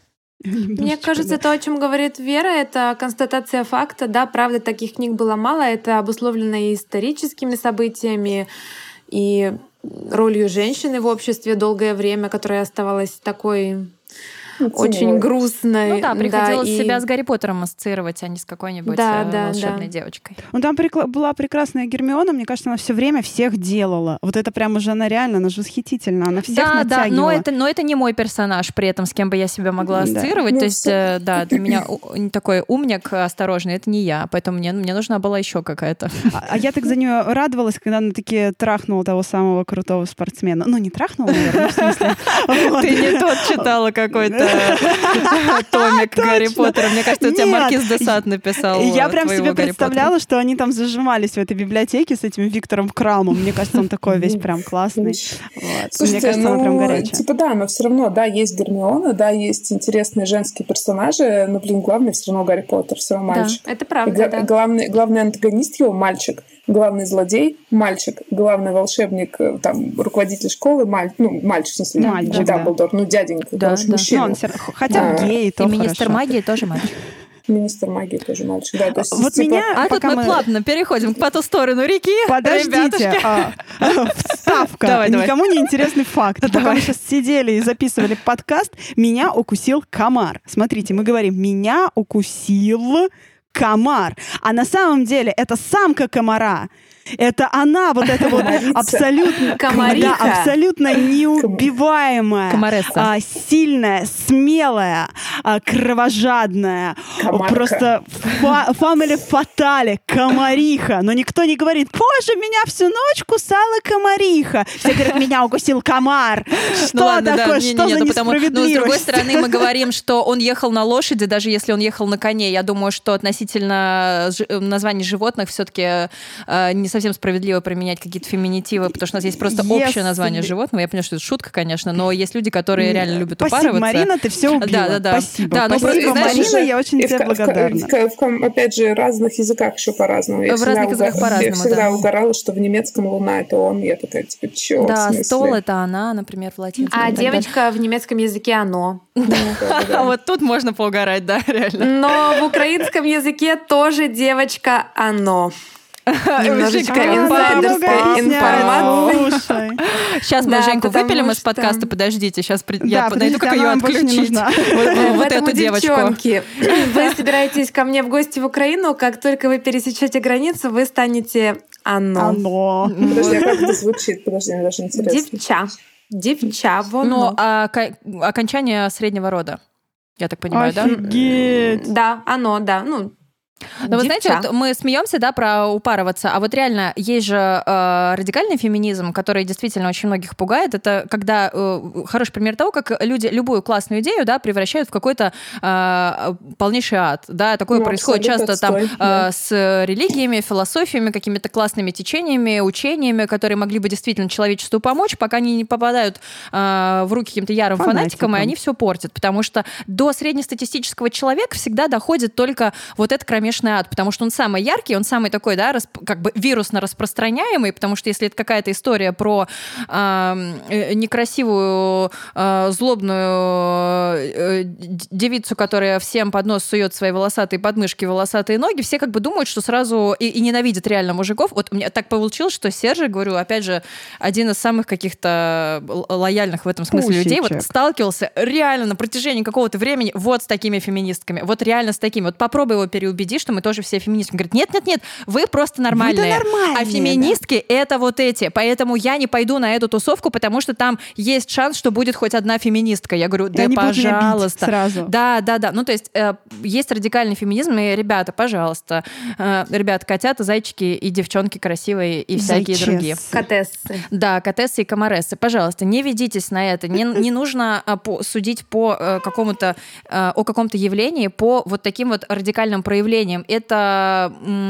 Мне кажется, то, о чем говорит Вера, это констатация факта. Да, правда, таких книг было мало. Это обусловлено и историческими событиями, и ролью женщины в обществе долгое время, которая оставалась такой очень грустной. Ну да, приходилось себя с Гарри Поттером ассоциировать, а не с какой-нибудь волшебной девочкой. Ну там была прекрасная Гермиона, мне кажется, она все время всех делала. Вот это прям уже она же восхитительна, она всех натягивала. Да, но это не мой персонаж, при этом с кем бы я себя могла ассоциировать. То есть, да, для меня такой умник осторожный, это не я, поэтому мне нужна была еще какая-то. А я так за нее радовалась, когда она таки трахнула того самого крутого спортсмена. Ну, не трахнула, наверное, в смысле. Ты не тот читала какой-то томик Гарри Поттера. Мне кажется, у тебя Маркиз де Сад написал. Я прям себе представляла, что они там зажимались в этой библиотеке с этим Виктором Крамом. Мне кажется, он такой весь прям классный. Слушайте, мне кажется, она прям горячая. Типа да, но все равно, да, есть Гермиона, да, есть интересные женские персонажи, но, главный все равно Гарри Поттер, все равно мальчик. Да, это правда, да. Главный антагонист его — мальчик. Главный злодей — мальчик. Главный волшебник, там, руководитель школы — мальчик, в смысле, Дамблдор, дяденька, мужчина. Хотя гей, то и министр магии тоже мальчик. Министр магии тоже мальчик. Да, то есть, вот меня, а тут мы плавно переходим по ту сторону реки. Подождите. Вставка. Давай. Никому не интересный факт. Пока мы сейчас сидели и записывали подкаст, меня укусил комар. Смотрите, мы говорим «меня укусил комар». А на самом деле это самка комара. Это она, вот эта вот абсолютно, да, абсолютно неубиваемая, сильная, смелая, кровожадная, комарка. Просто family fatale, комариха. Но никто не говорит: «Боже, меня всю ночь кусала комариха». Все говорят: «Меня укусил комар». Что такое? Что за несправедливость? Но с другой стороны, мы говорим, что он ехал на лошади, даже если он ехал на коне. Я думаю, что относительно названий животных все-таки не совсем справедливо применять какие-то феминитивы, потому что у нас есть просто общее название животного. Я понимаю, что это шутка, конечно, но есть люди, которые реально любят упарываться. Марина, ты все убила. Да. Спасибо. Да, спасибо, Марина, я очень тебе благодарна. Опять же, в разных языках еще по-разному. В разных языках по-разному, я всегда угорала, что в немецком луна — это он. Я такая, типа, чё? Да, стол — это она, например, в латинском. А девочка в немецком языке — оно. Вот тут можно поугарать, да, реально. Но в украинском языке тоже девочка — оно. Немножечко инсайдерской информации. Сейчас мы Женьку выпилим из подкаста, подождите, сейчас я найду, как ее отключить. Вот эту девочку. Вы собираетесь ко мне в гости в Украину, как только вы пересечете границу, вы станете оно. Подожди, а как это звучит? Подожди, мне даже интересно. Девча, вот. Ну, окончание среднего рода, я так понимаю, да? Офигеть! Да, оно, да. Ну, но вы знаете, вот мы смеемся, да, про упарываться, а вот реально есть же радикальный феминизм, который действительно очень многих пугает. Это когда хороший пример того, как люди любую классную идею, да, превращают в какой-то полнейший ад. Да, такое происходит часто там с религиями, философиями, какими-то классными течениями, учениями, которые могли бы действительно человечеству помочь, пока они не попадают в руки каким-то ярым фанатикам, и они все портят. Потому что до среднестатистического человека всегда доходит только вот это кромешный ад, потому что он самый яркий, он самый такой, да, как бы вирусно распространяемый, потому что если это какая-то история про некрасивую, злобную девицу, которая всем под нос сует свои волосатые подмышки, волосатые ноги, все как бы думают, что сразу и ненавидят реально мужиков. Вот мне так получилось, что Сержик, говорю, опять же, один из самых каких-то лояльных в этом смысле людей, вот сталкивался реально на протяжении какого-то времени вот с такими феминистками, вот реально с такими. Вот попробуй его переубедить, что мы тоже все феминистки. Он говорит, нет, вы просто нормальные. А феминистки это вот эти. Поэтому я не пойду на эту тусовку, потому что там есть шанс, что будет хоть одна феминистка. Я говорю, да пожалуйста. Сразу. Да. Ну, то есть есть радикальный феминизм, и, ребята, пожалуйста. Ребята, котята, зайчики и девчонки красивые, и всякие другие. Котессы. Да, котессы и комарессы. Пожалуйста, не ведитесь на это. Не нужно судить о каком-то явлении по вот таким вот радикальным проявлениям. Это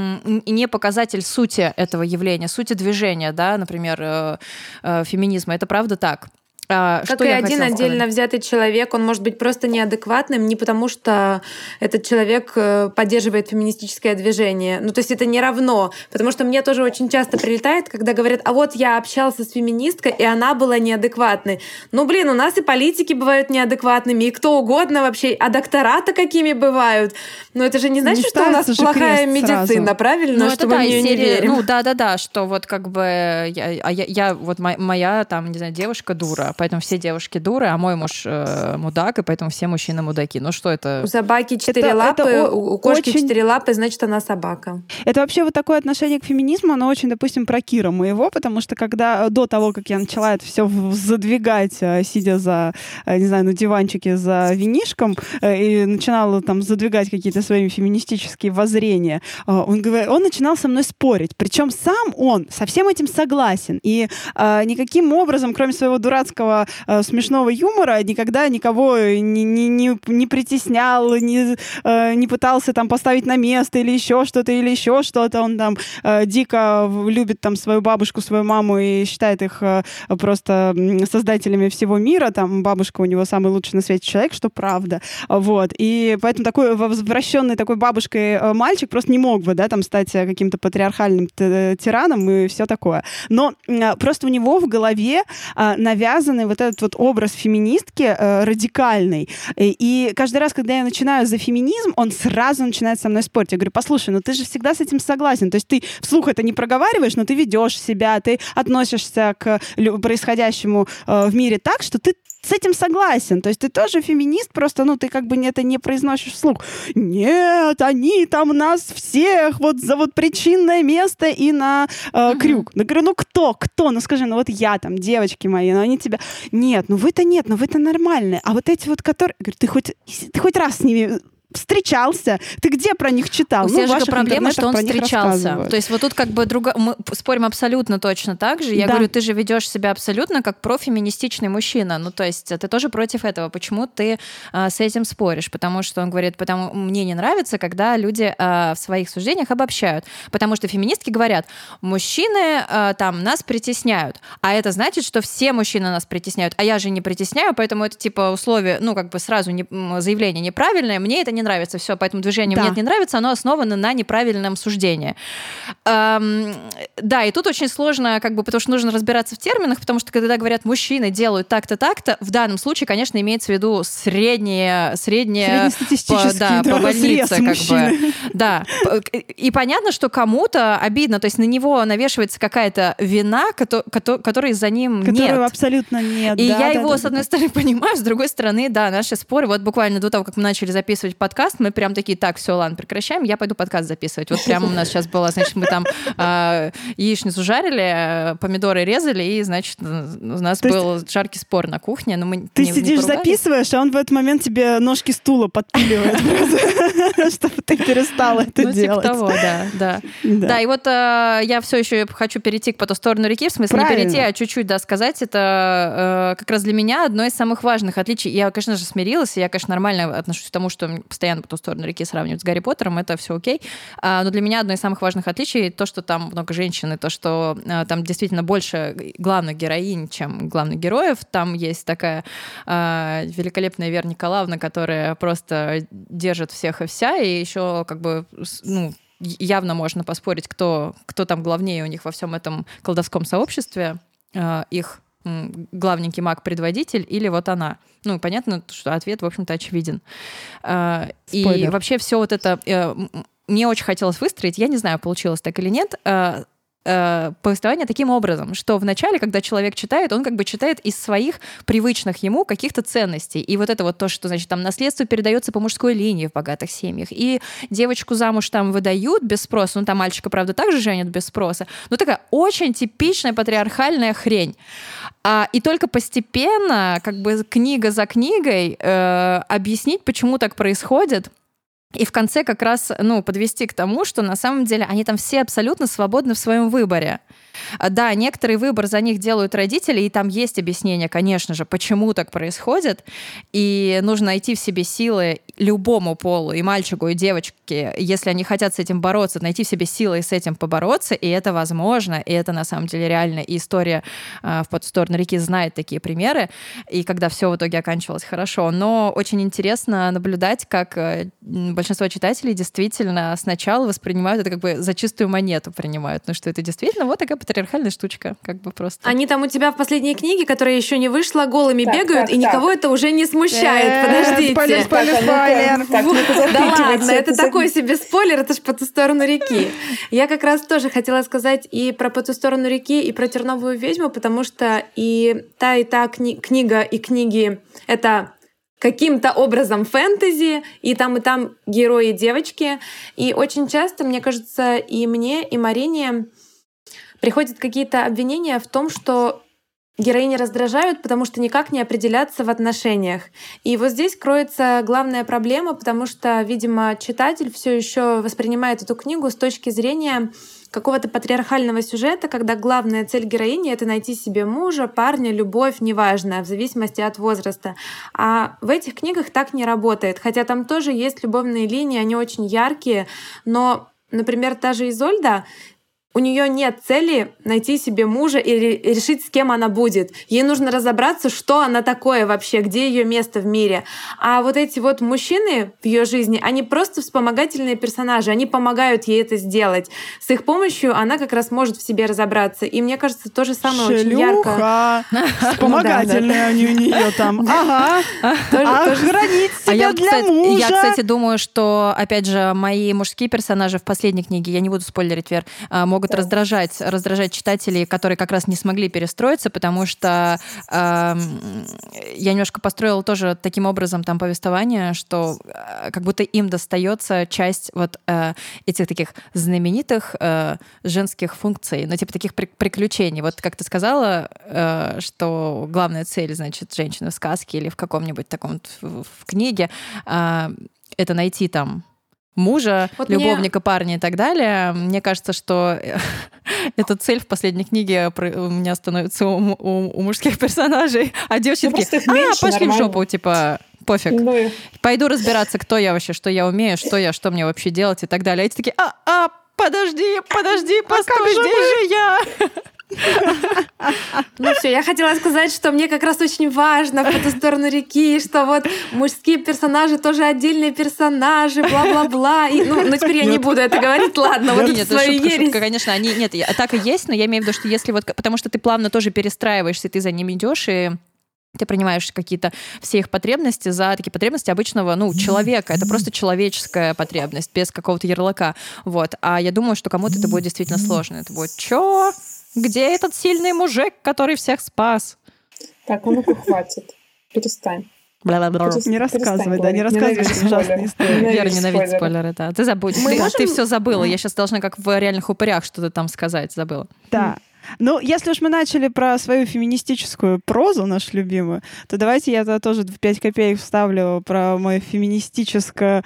не показатель сути этого явления, сути движения, да, например, феминизма. Это правда так. Как и один отдельно взятый человек, он может быть просто неадекватным не потому, что этот человек поддерживает феминистическое движение. Ну, то есть это не равно. Потому что мне тоже очень часто прилетает, когда говорят, а вот я общался с феминисткой, и она была неадекватной. Ну, блин, у нас и политики бывают неадекватными, и кто угодно вообще. А доктора-то какими бывают? Но это же не значит, что у нас плохая медицина, сразу. Правильно? Ну, что мы в нее не верим. Ну, да, что вот как бы я вот моя там, не знаю, девушка дура, поэтому все девушки дуры, а мой муж мудак, и поэтому все мужчины мудаки. Ну что это? У собаки 4 лапы, у кошки 4 лапы, значит, она собака. Это вообще вот такое отношение к феминизму, оно очень, допустим, про Кира моего, потому что когда до того, как я начала это все задвигать, сидя за, не знаю, на диванчике за винишком, и начинала там задвигать какие-то свои феминистические воззрения, он начинал со мной спорить. Причем сам он со всем этим согласен. И никаким образом, кроме своего дурацкого смешного юмора, никогда никого не притеснял, не пытался там поставить на место или еще что-то. Он там дико любит там свою бабушку, свою маму и считает их просто создателями всего мира. Там бабушка у него самый лучший на свете человек, что правда. Вот. И поэтому такой возвращенный такой бабушкой мальчик просто не мог бы, да, там стать каким-то патриархальным тираном и все такое. Но просто у него в голове навязанный вот этот вот образ феминистки радикальный. И каждый раз, когда я начинаю за феминизм, он сразу начинает со мной спорить. Я говорю, послушай, ну ты же всегда с этим согласен. То есть ты вслух это не проговариваешь, но ты ведешь себя, ты относишься к происходящему в мире так, что ты с этим согласен. То есть ты тоже феминист, просто, ну, ты как бы это не произносишь вслух. Нет, они там нас всех вот за вот причинное место и на крюк. Я говорю, ну кто? Ну скажи, ну вот я там, девочки мои, ну они тебя... Нет, ну вы-то нормальные. А вот эти вот, которые... Говорю, ты хоть раз с ними встречался? Ты где про них читал? У Сержика проблема, что он встречался. То есть вот тут как бы мы спорим абсолютно точно так же. Я говорю, ты же ведешь себя абсолютно как профеминистичный мужчина. Ну то есть ты тоже против этого. Почему ты с этим споришь? Потому что он говорит, мне не нравится, когда люди в своих суждениях обобщают. Потому что феминистки говорят, мужчины там нас притесняют. А это значит, что все мужчины нас притесняют. А я же не притесняю, поэтому это типа условие, ну как бы сразу заявление неправильное, мне это не нравится. Все, поэтому движение «нет, не нравится», оно основано на неправильном суждении. Да, и тут очень сложно, как бы, потому что нужно разбираться в терминах, потому что когда говорят «мужчины делают так-то, так-то», в данном случае, конечно, имеется в виду среднестатистический по больнице. Как бы. Да. И понятно, что кому-то обидно, то есть на него навешивается какая-то вина, которой за ним нет. Которой абсолютно нет. И я его, с одной стороны, понимаю, с другой стороны, да, наши споры, вот буквально до того, как мы начали записывать подкаст, мы прям такие, так, все, ладно, прекращаем, я пойду подкаст записывать. Вот прямо у нас сейчас было, значит, мы там яичницу жарили, помидоры резали, и, значит, у нас был жаркий спор на кухне, но мы ты сидишь, записываешь, а он в этот момент тебе ножки стула подпиливает, чтобы ты перестала это делать. Типа того, да. Да, и вот я все еще хочу перейти к «По ту сторону реки», в смысле не перейти, а чуть-чуть, да, сказать. Это как раз для меня одно из самых важных отличий. Я, конечно же, смирилась, и я, конечно, нормально отношусь к тому, что постоянно «По ту сторону реки» сравнивают с «Гарри Поттером», это все окей. Но для меня одно из самых важных отличий то, что там много женщин, и то, что там действительно больше главных героинь, чем главных героев. Там есть такая великолепная Вера Николаевна, которая просто держит всех и вся, и еще как бы, ну, явно можно поспорить, кто там главнее у них во всем этом колдовском сообществе, их главненький маг-предводитель или вот она. Ну, понятно, что ответ, в общем-то, очевиден. И вообще все вот это... Мне очень хотелось выстроить, я не знаю, получилось так или нет, повествование таким образом, что вначале, когда человек читает, он как бы читает из своих привычных ему каких-то ценностей. И вот это вот то, что, значит, там наследство передается по мужской линии в богатых семьях, и девочку замуж там выдают без спроса, ну там мальчика, правда, также женят без спроса, но такая очень типичная патриархальная хрень. И только постепенно, как бы книга за книгой, объяснить, почему так происходит. И в конце как раз, ну, подвести к тому, что на самом деле они там все абсолютно свободны в своем выборе. Да, некоторый выбор за них делают родители, и там есть объяснение, конечно же, почему так происходит. И нужно найти в себе силы любому полу, и мальчику, и девочке, если они хотят с этим бороться, найти в себе силы и с этим побороться, и это возможно, и это на самом деле реально. И история в «По ту сторону реки» знает такие примеры, и когда все в итоге оканчивалось хорошо. Но очень интересно наблюдать, как большинство читателей действительно сначала воспринимают это как бы за чистую монету принимают, ну что это действительно вот такая патриархальная штучка, как бы просто. Они там у тебя в последней книге, которая еще не вышла, голыми бегают, и никого это уже не смущает. Подождите. Спойлер. Да ладно, это такой себе спойлер, это ж «По ту сторону реки». Я как раз тоже хотела сказать и про «По ту сторону реки», и про «Терновую ведьму», потому что и та книга, и книги — это каким-то образом фэнтези, и там герои девочки. И очень часто, мне кажется, и мне, и Марине приходят какие-то обвинения в том, что героини раздражают, потому что никак не определяться в отношениях. И вот здесь кроется главная проблема, потому что, видимо, читатель все еще воспринимает эту книгу с точки зрения какого-то патриархального сюжета, когда главная цель героини — это найти себе мужа, парня, любовь, неважно, в зависимости от возраста. А в этих книгах так не работает. Хотя там тоже есть любовные линии, они очень яркие, но, например, та же Изольда, у нее нет цели найти себе мужа и решить, с кем она будет. Ей нужно разобраться, что она такое вообще, где ее место в мире. А вот эти вот мужчины в ее жизни, они просто вспомогательные персонажи, они помогают ей это сделать. С их помощью она как раз может в себе разобраться. И мне кажется, то же самое очень ярко. Вспомогательные они у нее там. Ага. Охранить себя для мужа. Я, кстати, думаю, что, опять же, мои мужские персонажи в последней книге, я не буду спойлерить, Вер, могут раздражать читателей, которые как раз не смогли перестроиться, потому что я немножко построила тоже таким образом там повествование, что как будто им достается часть вот этих таких знаменитых женских функций, ну, типа таких приключений. Вот как ты сказала, что главная цель, значит, женщины в сказке или в каком-нибудь таком в книге это найти там мужа, вот любовника, парня и так далее. Мне кажется, что эта цель в последней книге у меня становится у мужских персонажей, а девочки такие, пошли в жопу, типа, пофиг. Пойду разбираться, кто я вообще, что я умею, что мне вообще делать и так далее. А эти такие, подожди, постой, где же я? Ну все, я хотела сказать, что мне как раз очень важно по ту сторону реки, что вот мужские персонажи тоже отдельные персонажи, бла-бла-бла. Ну теперь я не буду это говорить, ладно, вот нет, свою ересь. Шутка, конечно, нет, так и есть, но я имею в виду, что если вот, потому что ты плавно тоже перестраиваешься, ты за ними идешь, и ты принимаешь какие-то все их потребности за такие потребности обычного, человека. Это просто человеческая потребность, без какого-то ярлыка. Вот. А я думаю, что кому-то это будет действительно сложно. Это будет, чё? Где этот сильный мужик, который всех спас? Так, ну-ка, хватит. Перестань. Не рассказывай, да, не рассказывай ужасные истории. Вера ненавидит спойлеры, да. Ты забудь. Ты все забыла. Я сейчас должна как в «Реальных упырях» что-то там сказать. Забыла. Да. Ну, если уж мы начали про свою феминистическую прозу, нашу любимую, то давайте я туда тоже в 5 копеек вставлю про мой феминистический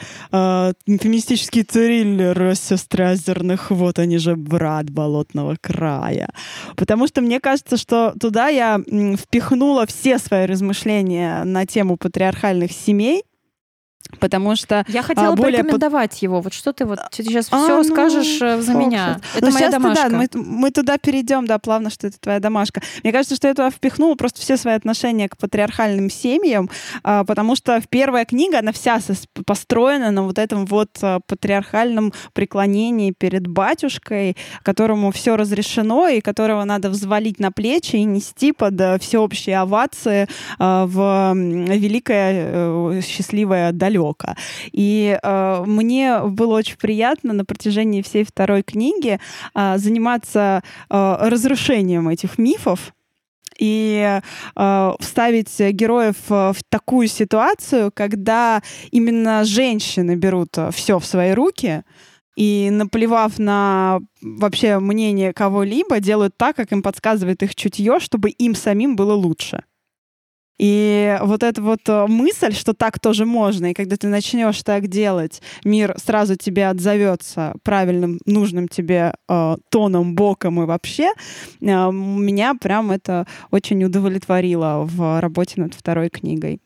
триллер «Сестры озерных вод, они же брат болотного края». Потому что мне кажется, что туда я впихнула все свои размышления на тему патриархальных семей, потому что я хотела порекомендовать его. Вот что ты сейчас все скажешь за меня. Это моя домашка. Да, мы туда перейдем, да, плавно, что это твоя домашка. Мне кажется, что я туда впихнула просто все свои отношения к патриархальным семьям, потому что первая книга, она вся построена на вот этом вот патриархальном преклонении перед батюшкой, которому все разрешено и которого надо взвалить на плечи и нести под всеобщие овации в великое счастливое далеко. И мне было очень приятно на протяжении всей второй книги заниматься разрушением этих мифов и вставить героев в такую ситуацию, когда именно женщины берут все в свои руки и, наплевав на вообще мнение кого-либо, делают так, как им подсказывает их чутье, чтобы им самим было лучше. И вот эта вот мысль, что так тоже можно, и когда ты начнешь так делать, мир сразу тебе отзовется правильным, нужным тебе тоном, боком и вообще, меня прям это очень удовлетворило в работе над второй книгой.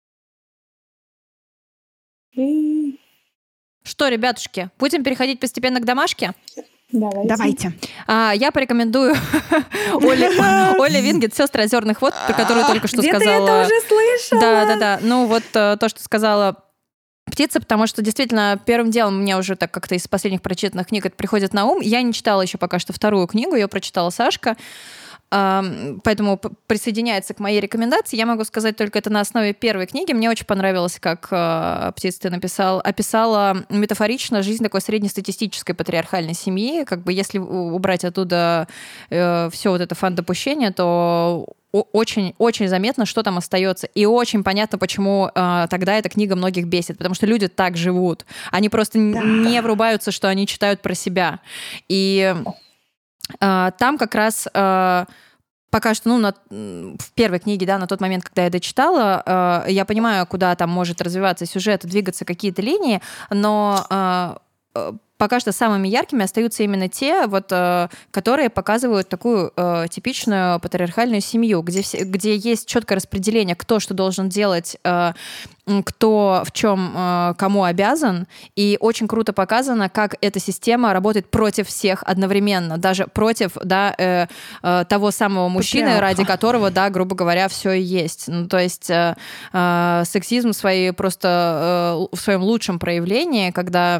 Что, ребятушки, будем переходить постепенно к домашке? Давайте. Я порекомендую Оля Вингет «Сестры озерных вод», про которую только что сказала. Где-то я это уже слышала. Да. Ну вот то, что сказала птица, потому что действительно первым делом мне уже так как-то из последних прочитанных книг это приходит на ум. Я не читала еще пока что вторую книгу, ее прочитала Сашка. Поэтому присоединяется к моей рекомендации. Я могу сказать только это на основе первой книги. Мне очень понравилось, как птица ты описала метафорично жизнь такой среднестатистической патриархальной семьи. Как бы если убрать оттуда все вот это фан-допущение, то очень заметно, что там остается. И очень понятно, почему тогда эта книга многих бесит. Потому что люди так живут. Они просто не врубаются, что они читают про себя. И там как раз пока что, в первой книге, да, на тот момент, когда я дочитала, я понимаю, куда там может развиваться сюжет, двигаться какие-то линии, но пока что самыми яркими остаются именно те, которые показывают такую типичную патриархальную семью, где есть четкое распределение, кто что должен делать, кто в чем кому обязан, и очень круто показано, как эта система работает против всех одновременно, даже против того самого мужчины, ради которого, грубо говоря, все и есть. То есть сексизм в своем лучшем проявлении, когда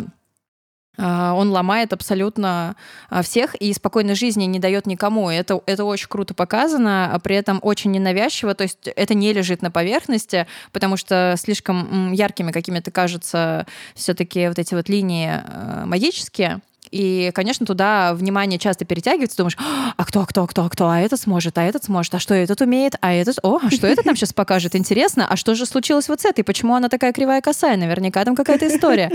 он ломает абсолютно всех и спокойной жизни не дает никому. Это очень круто показано, а при этом очень ненавязчиво. То есть это не лежит на поверхности, потому что слишком яркими какими-то кажутся все-таки вот эти вот линии магические. И, конечно, туда внимание часто перетягивается, думаешь, а кто, а этот сможет, а что этот умеет, а что этот нам сейчас покажет, интересно, а что же случилось вот с этой, почему она такая кривая косая, наверняка там какая-то история.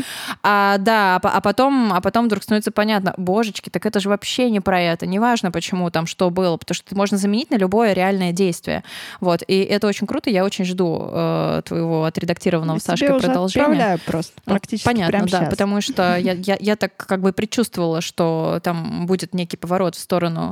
А потом вдруг становится понятно, божечки, так это же вообще не про это, неважно, почему там что было, потому что это можно заменить на любое реальное действие. Вот, и это очень круто, я очень жду твоего отредактированного Сашкой продолжения. Я отправляю просто, практически понятно, прямо да, сейчас. потому что я так как бы предчувствовала, что там будет некий поворот в сторону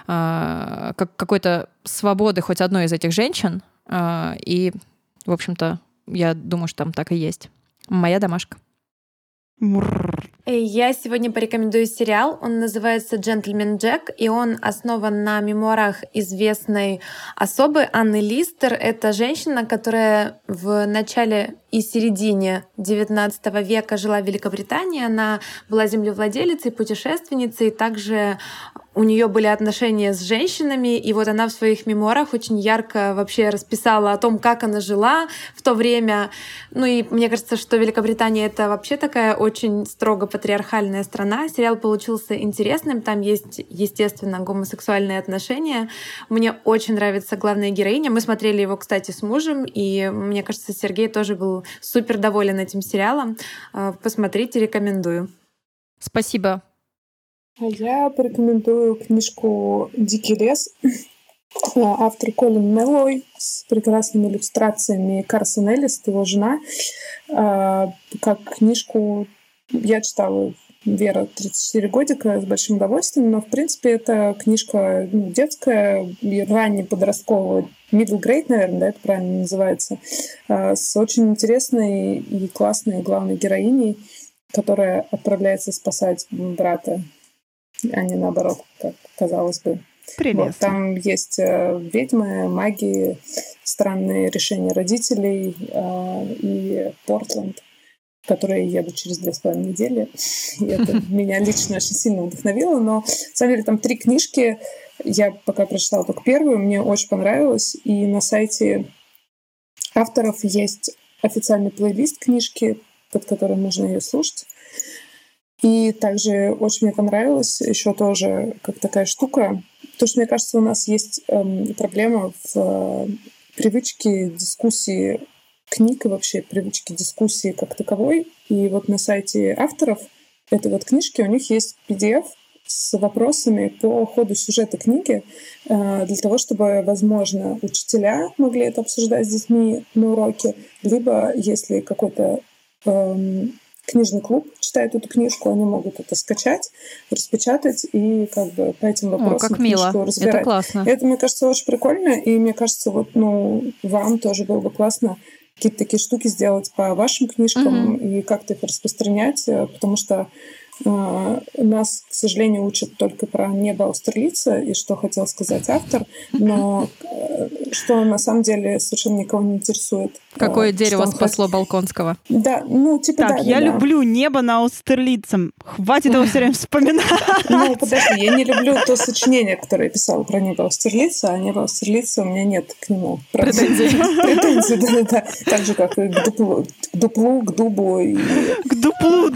какой-то свободы хоть одной из этих женщин. И, в общем-то, я думаю, что там так и есть. Моя домашка. Я сегодня порекомендую сериал. Он называется «Джентльмен Джек», и он основан на мемуарах известной особы Анны Листер. Это женщина, которая в начале и середине XIX века жила в Великобритании. Она была землевладелицей, путешественницей, также у нее были отношения с женщинами, и вот она в своих мемуарах очень ярко вообще расписала о том, как она жила в то время. Ну и мне кажется, что Великобритания — это вообще такая очень строго патриархальная страна. Сериал получился интересным, там есть, естественно, гомосексуальные отношения. Мне очень нравится главная героиня. Мы смотрели его, кстати, с мужем, и мне кажется, Сергей тоже был супер доволен этим сериалом. Посмотрите, рекомендую. Спасибо. Я порекомендую книжку «Дикий лес». Автор Колин Меллой с прекрасными иллюстрациями Карсон Эллис, его жена. Как книжку я читала, Вера, 34 годика, с большим удовольствием, но, в принципе, это книжка детская, ранне подростковая, middle grade, наверное, да, это правильно называется, с очень интересной и классной главной героиней, которая отправляется спасать брата, а не наоборот, как казалось бы. Вот, там есть ведьмы, маги, странные решения родителей и Портленд, в который я еду через 2,5 недели. И это меня лично очень сильно вдохновило. Но, на самом деле, там 3 книжки. Я пока прочитала только первую, мне очень понравилось. И на сайте авторов есть официальный плейлист книжки, под которым можно ее слушать. И также очень мне понравилось еще тоже как такая штука, то, что, мне кажется, у нас есть проблема в привычке дискуссии книг и вообще привычки дискуссии как таковой. И вот на сайте авторов этой вот книжки у них есть PDF с вопросами по ходу сюжета книги для того, чтобы, возможно, учителя могли это обсуждать с детьми на уроке, либо если какой-то книжный клуб читает эту книжку, они могут это скачать, распечатать и как бы по этим вопросам книжку разбирать. Это классно. Это, мне кажется, очень прикольно, и мне кажется, вот, вам тоже было бы классно какие-то такие штуки сделать по вашим книжкам и как-то их распространять, потому что нас, к сожалению, учат только про небо Аустерлица, и что хотел сказать автор, но что на самом деле совершенно никого не интересует. Какое дерево спасло Болконского? Да, так, я люблю небо на Аустерлицем. Хватит его все время вспоминать. Подожди, я не люблю то сочинение, которое я писала про небо Аустерлица, а небо Аустерлица у меня нет к нему. Претензий, да. Так же, как и к дуплу, к дубу. К дуплу,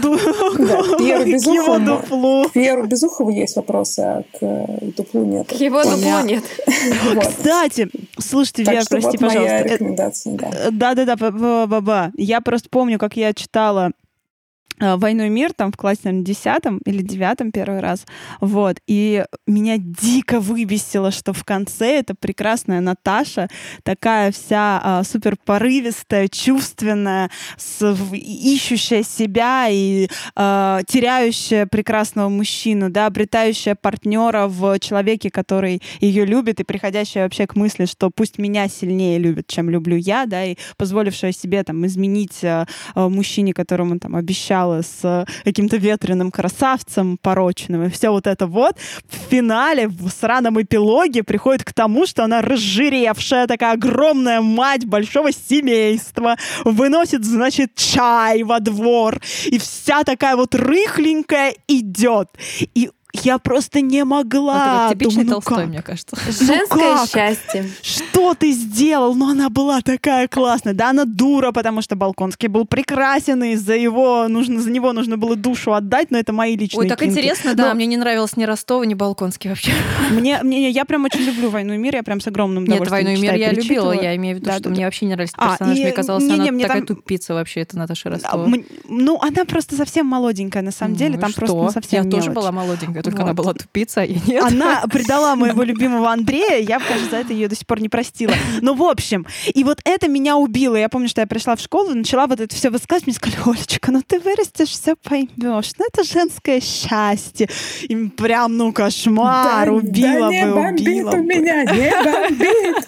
к Пьеру Безухову есть вопросы, а к дуплу нет. К его дуплу нет. Кстати, слушайте, Вера, прости, пожалуйста. Моя рекомендация, да. Да. Я просто помню, как я читала «Войну и мир» там в классе, наверное, 10 или 9 первый раз. Вот. И меня дико выбесило, что в конце эта прекрасная Наташа, такая вся супер порывистая, чувственная, ищущая себя и теряющая прекрасного мужчину, да, обретающая партнера в человеке, который ее любит, и приходящая вообще к мысли, что пусть меня сильнее любят, чем люблю я, да, и позволившая себе там изменить мужчине, которому там обещал с каким-то ветреным красавцем порочным, и все вот это вот в финале, в сраном эпилоге приходит к тому, что она разжиревшая, такая огромная мать большого семейства, выносит, значит, чай во двор, и вся такая вот рыхленькая идет. И я просто не могла. Это типичный Толстой, мне кажется. Женское счастье. Что ты сделал? Но она была такая классная. Да, она дура, потому что Болконский был прекрасен, и за него нужно было душу отдать, но это мои личные Ой, так кинки. Интересно, да, мне не нравилось ни Ростова, ни Болконский вообще. Я прям очень люблю «Войну и мир», я прям с огромным удовольствием Нет, «Войну и мир» я любила, я имею в виду, что мне вообще не нравился персонаж, мне казалось, она такая тупица вообще, это Наташа Ростова. Она просто совсем молоденькая, на самом деле, там просто совсем мелочь. Я тоже была молоденькая. Только она была тупица, а я нет. Она предала моего любимого Андрея, я, кажется, за это ее до сих пор не простила. Ну, в общем, и вот это меня убило. Я помню, что я пришла в школу, начала вот это все высказывать, мне сказали: Олечка, ты вырастешь, все поймешь. Это женское счастье. И прям, кошмар, убила бы. Не бомбит у меня, не бомбит.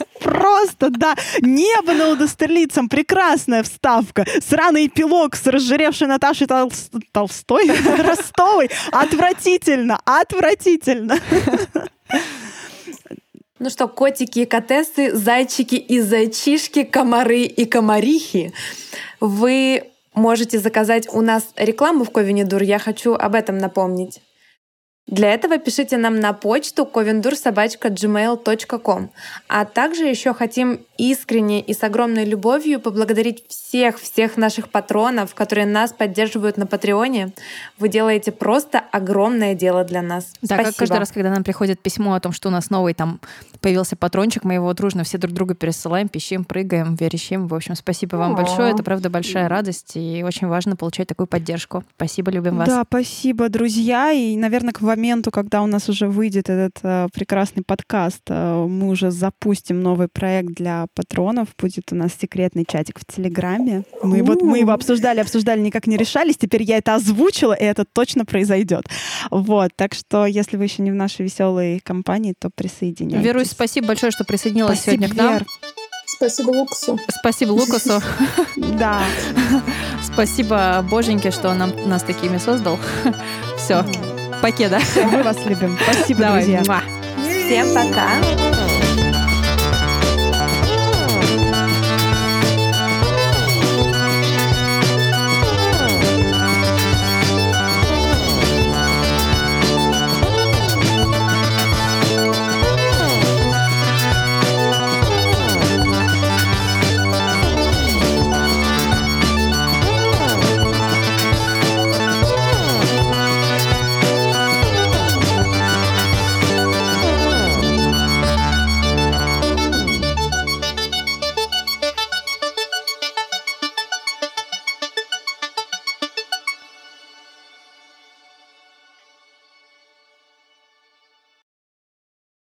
просто, да. Небо над Аустерлицем, прекрасная вставка. Сраный эпилог с разжиревшей Наташей Толстой, Ростовой. Отвратительно, отвратительно. Ну что, котики и котессы, зайчики и зайчишки, комары и комарихи, вы можете заказать у нас рекламу в Ковенедур. Я хочу об этом напомнить. Для этого пишите нам на почту covendur@gmail.com. А также еще хотим искренне и с огромной любовью поблагодарить всех наших патронов, которые нас поддерживают на Патреоне. Вы делаете просто огромное дело для нас. Да, Спасибо. как каждый раз, когда нам приходит письмо о том, что у нас новый там появился патрончик, мы его дружно все друг другу пересылаем, пищим, прыгаем, верещим. В общем, спасибо вам большое. Это, правда, большая радость, и очень важно получать такую поддержку. Спасибо, любим вас. Да, спасибо, друзья. И, наверное, к моменту, когда у нас уже выйдет этот прекрасный подкаст, мы уже запустим новый проект для патронов. Будет у нас секретный чатик в Телеграме. Мы его обсуждали, никак не решались. Теперь я это озвучила, и это точно произойдет. Вот, так что, если вы еще не в нашей веселой компании, то присоединяйтесь. Верусь, спасибо большое, что присоединилась сегодня к нам. Спасибо Лукасу. Спасибо Лукасу. Да. Спасибо Боженьке, что он нас такими создал. Все. Покеда. Мы вас любим. Спасибо, друзья. Всем пока.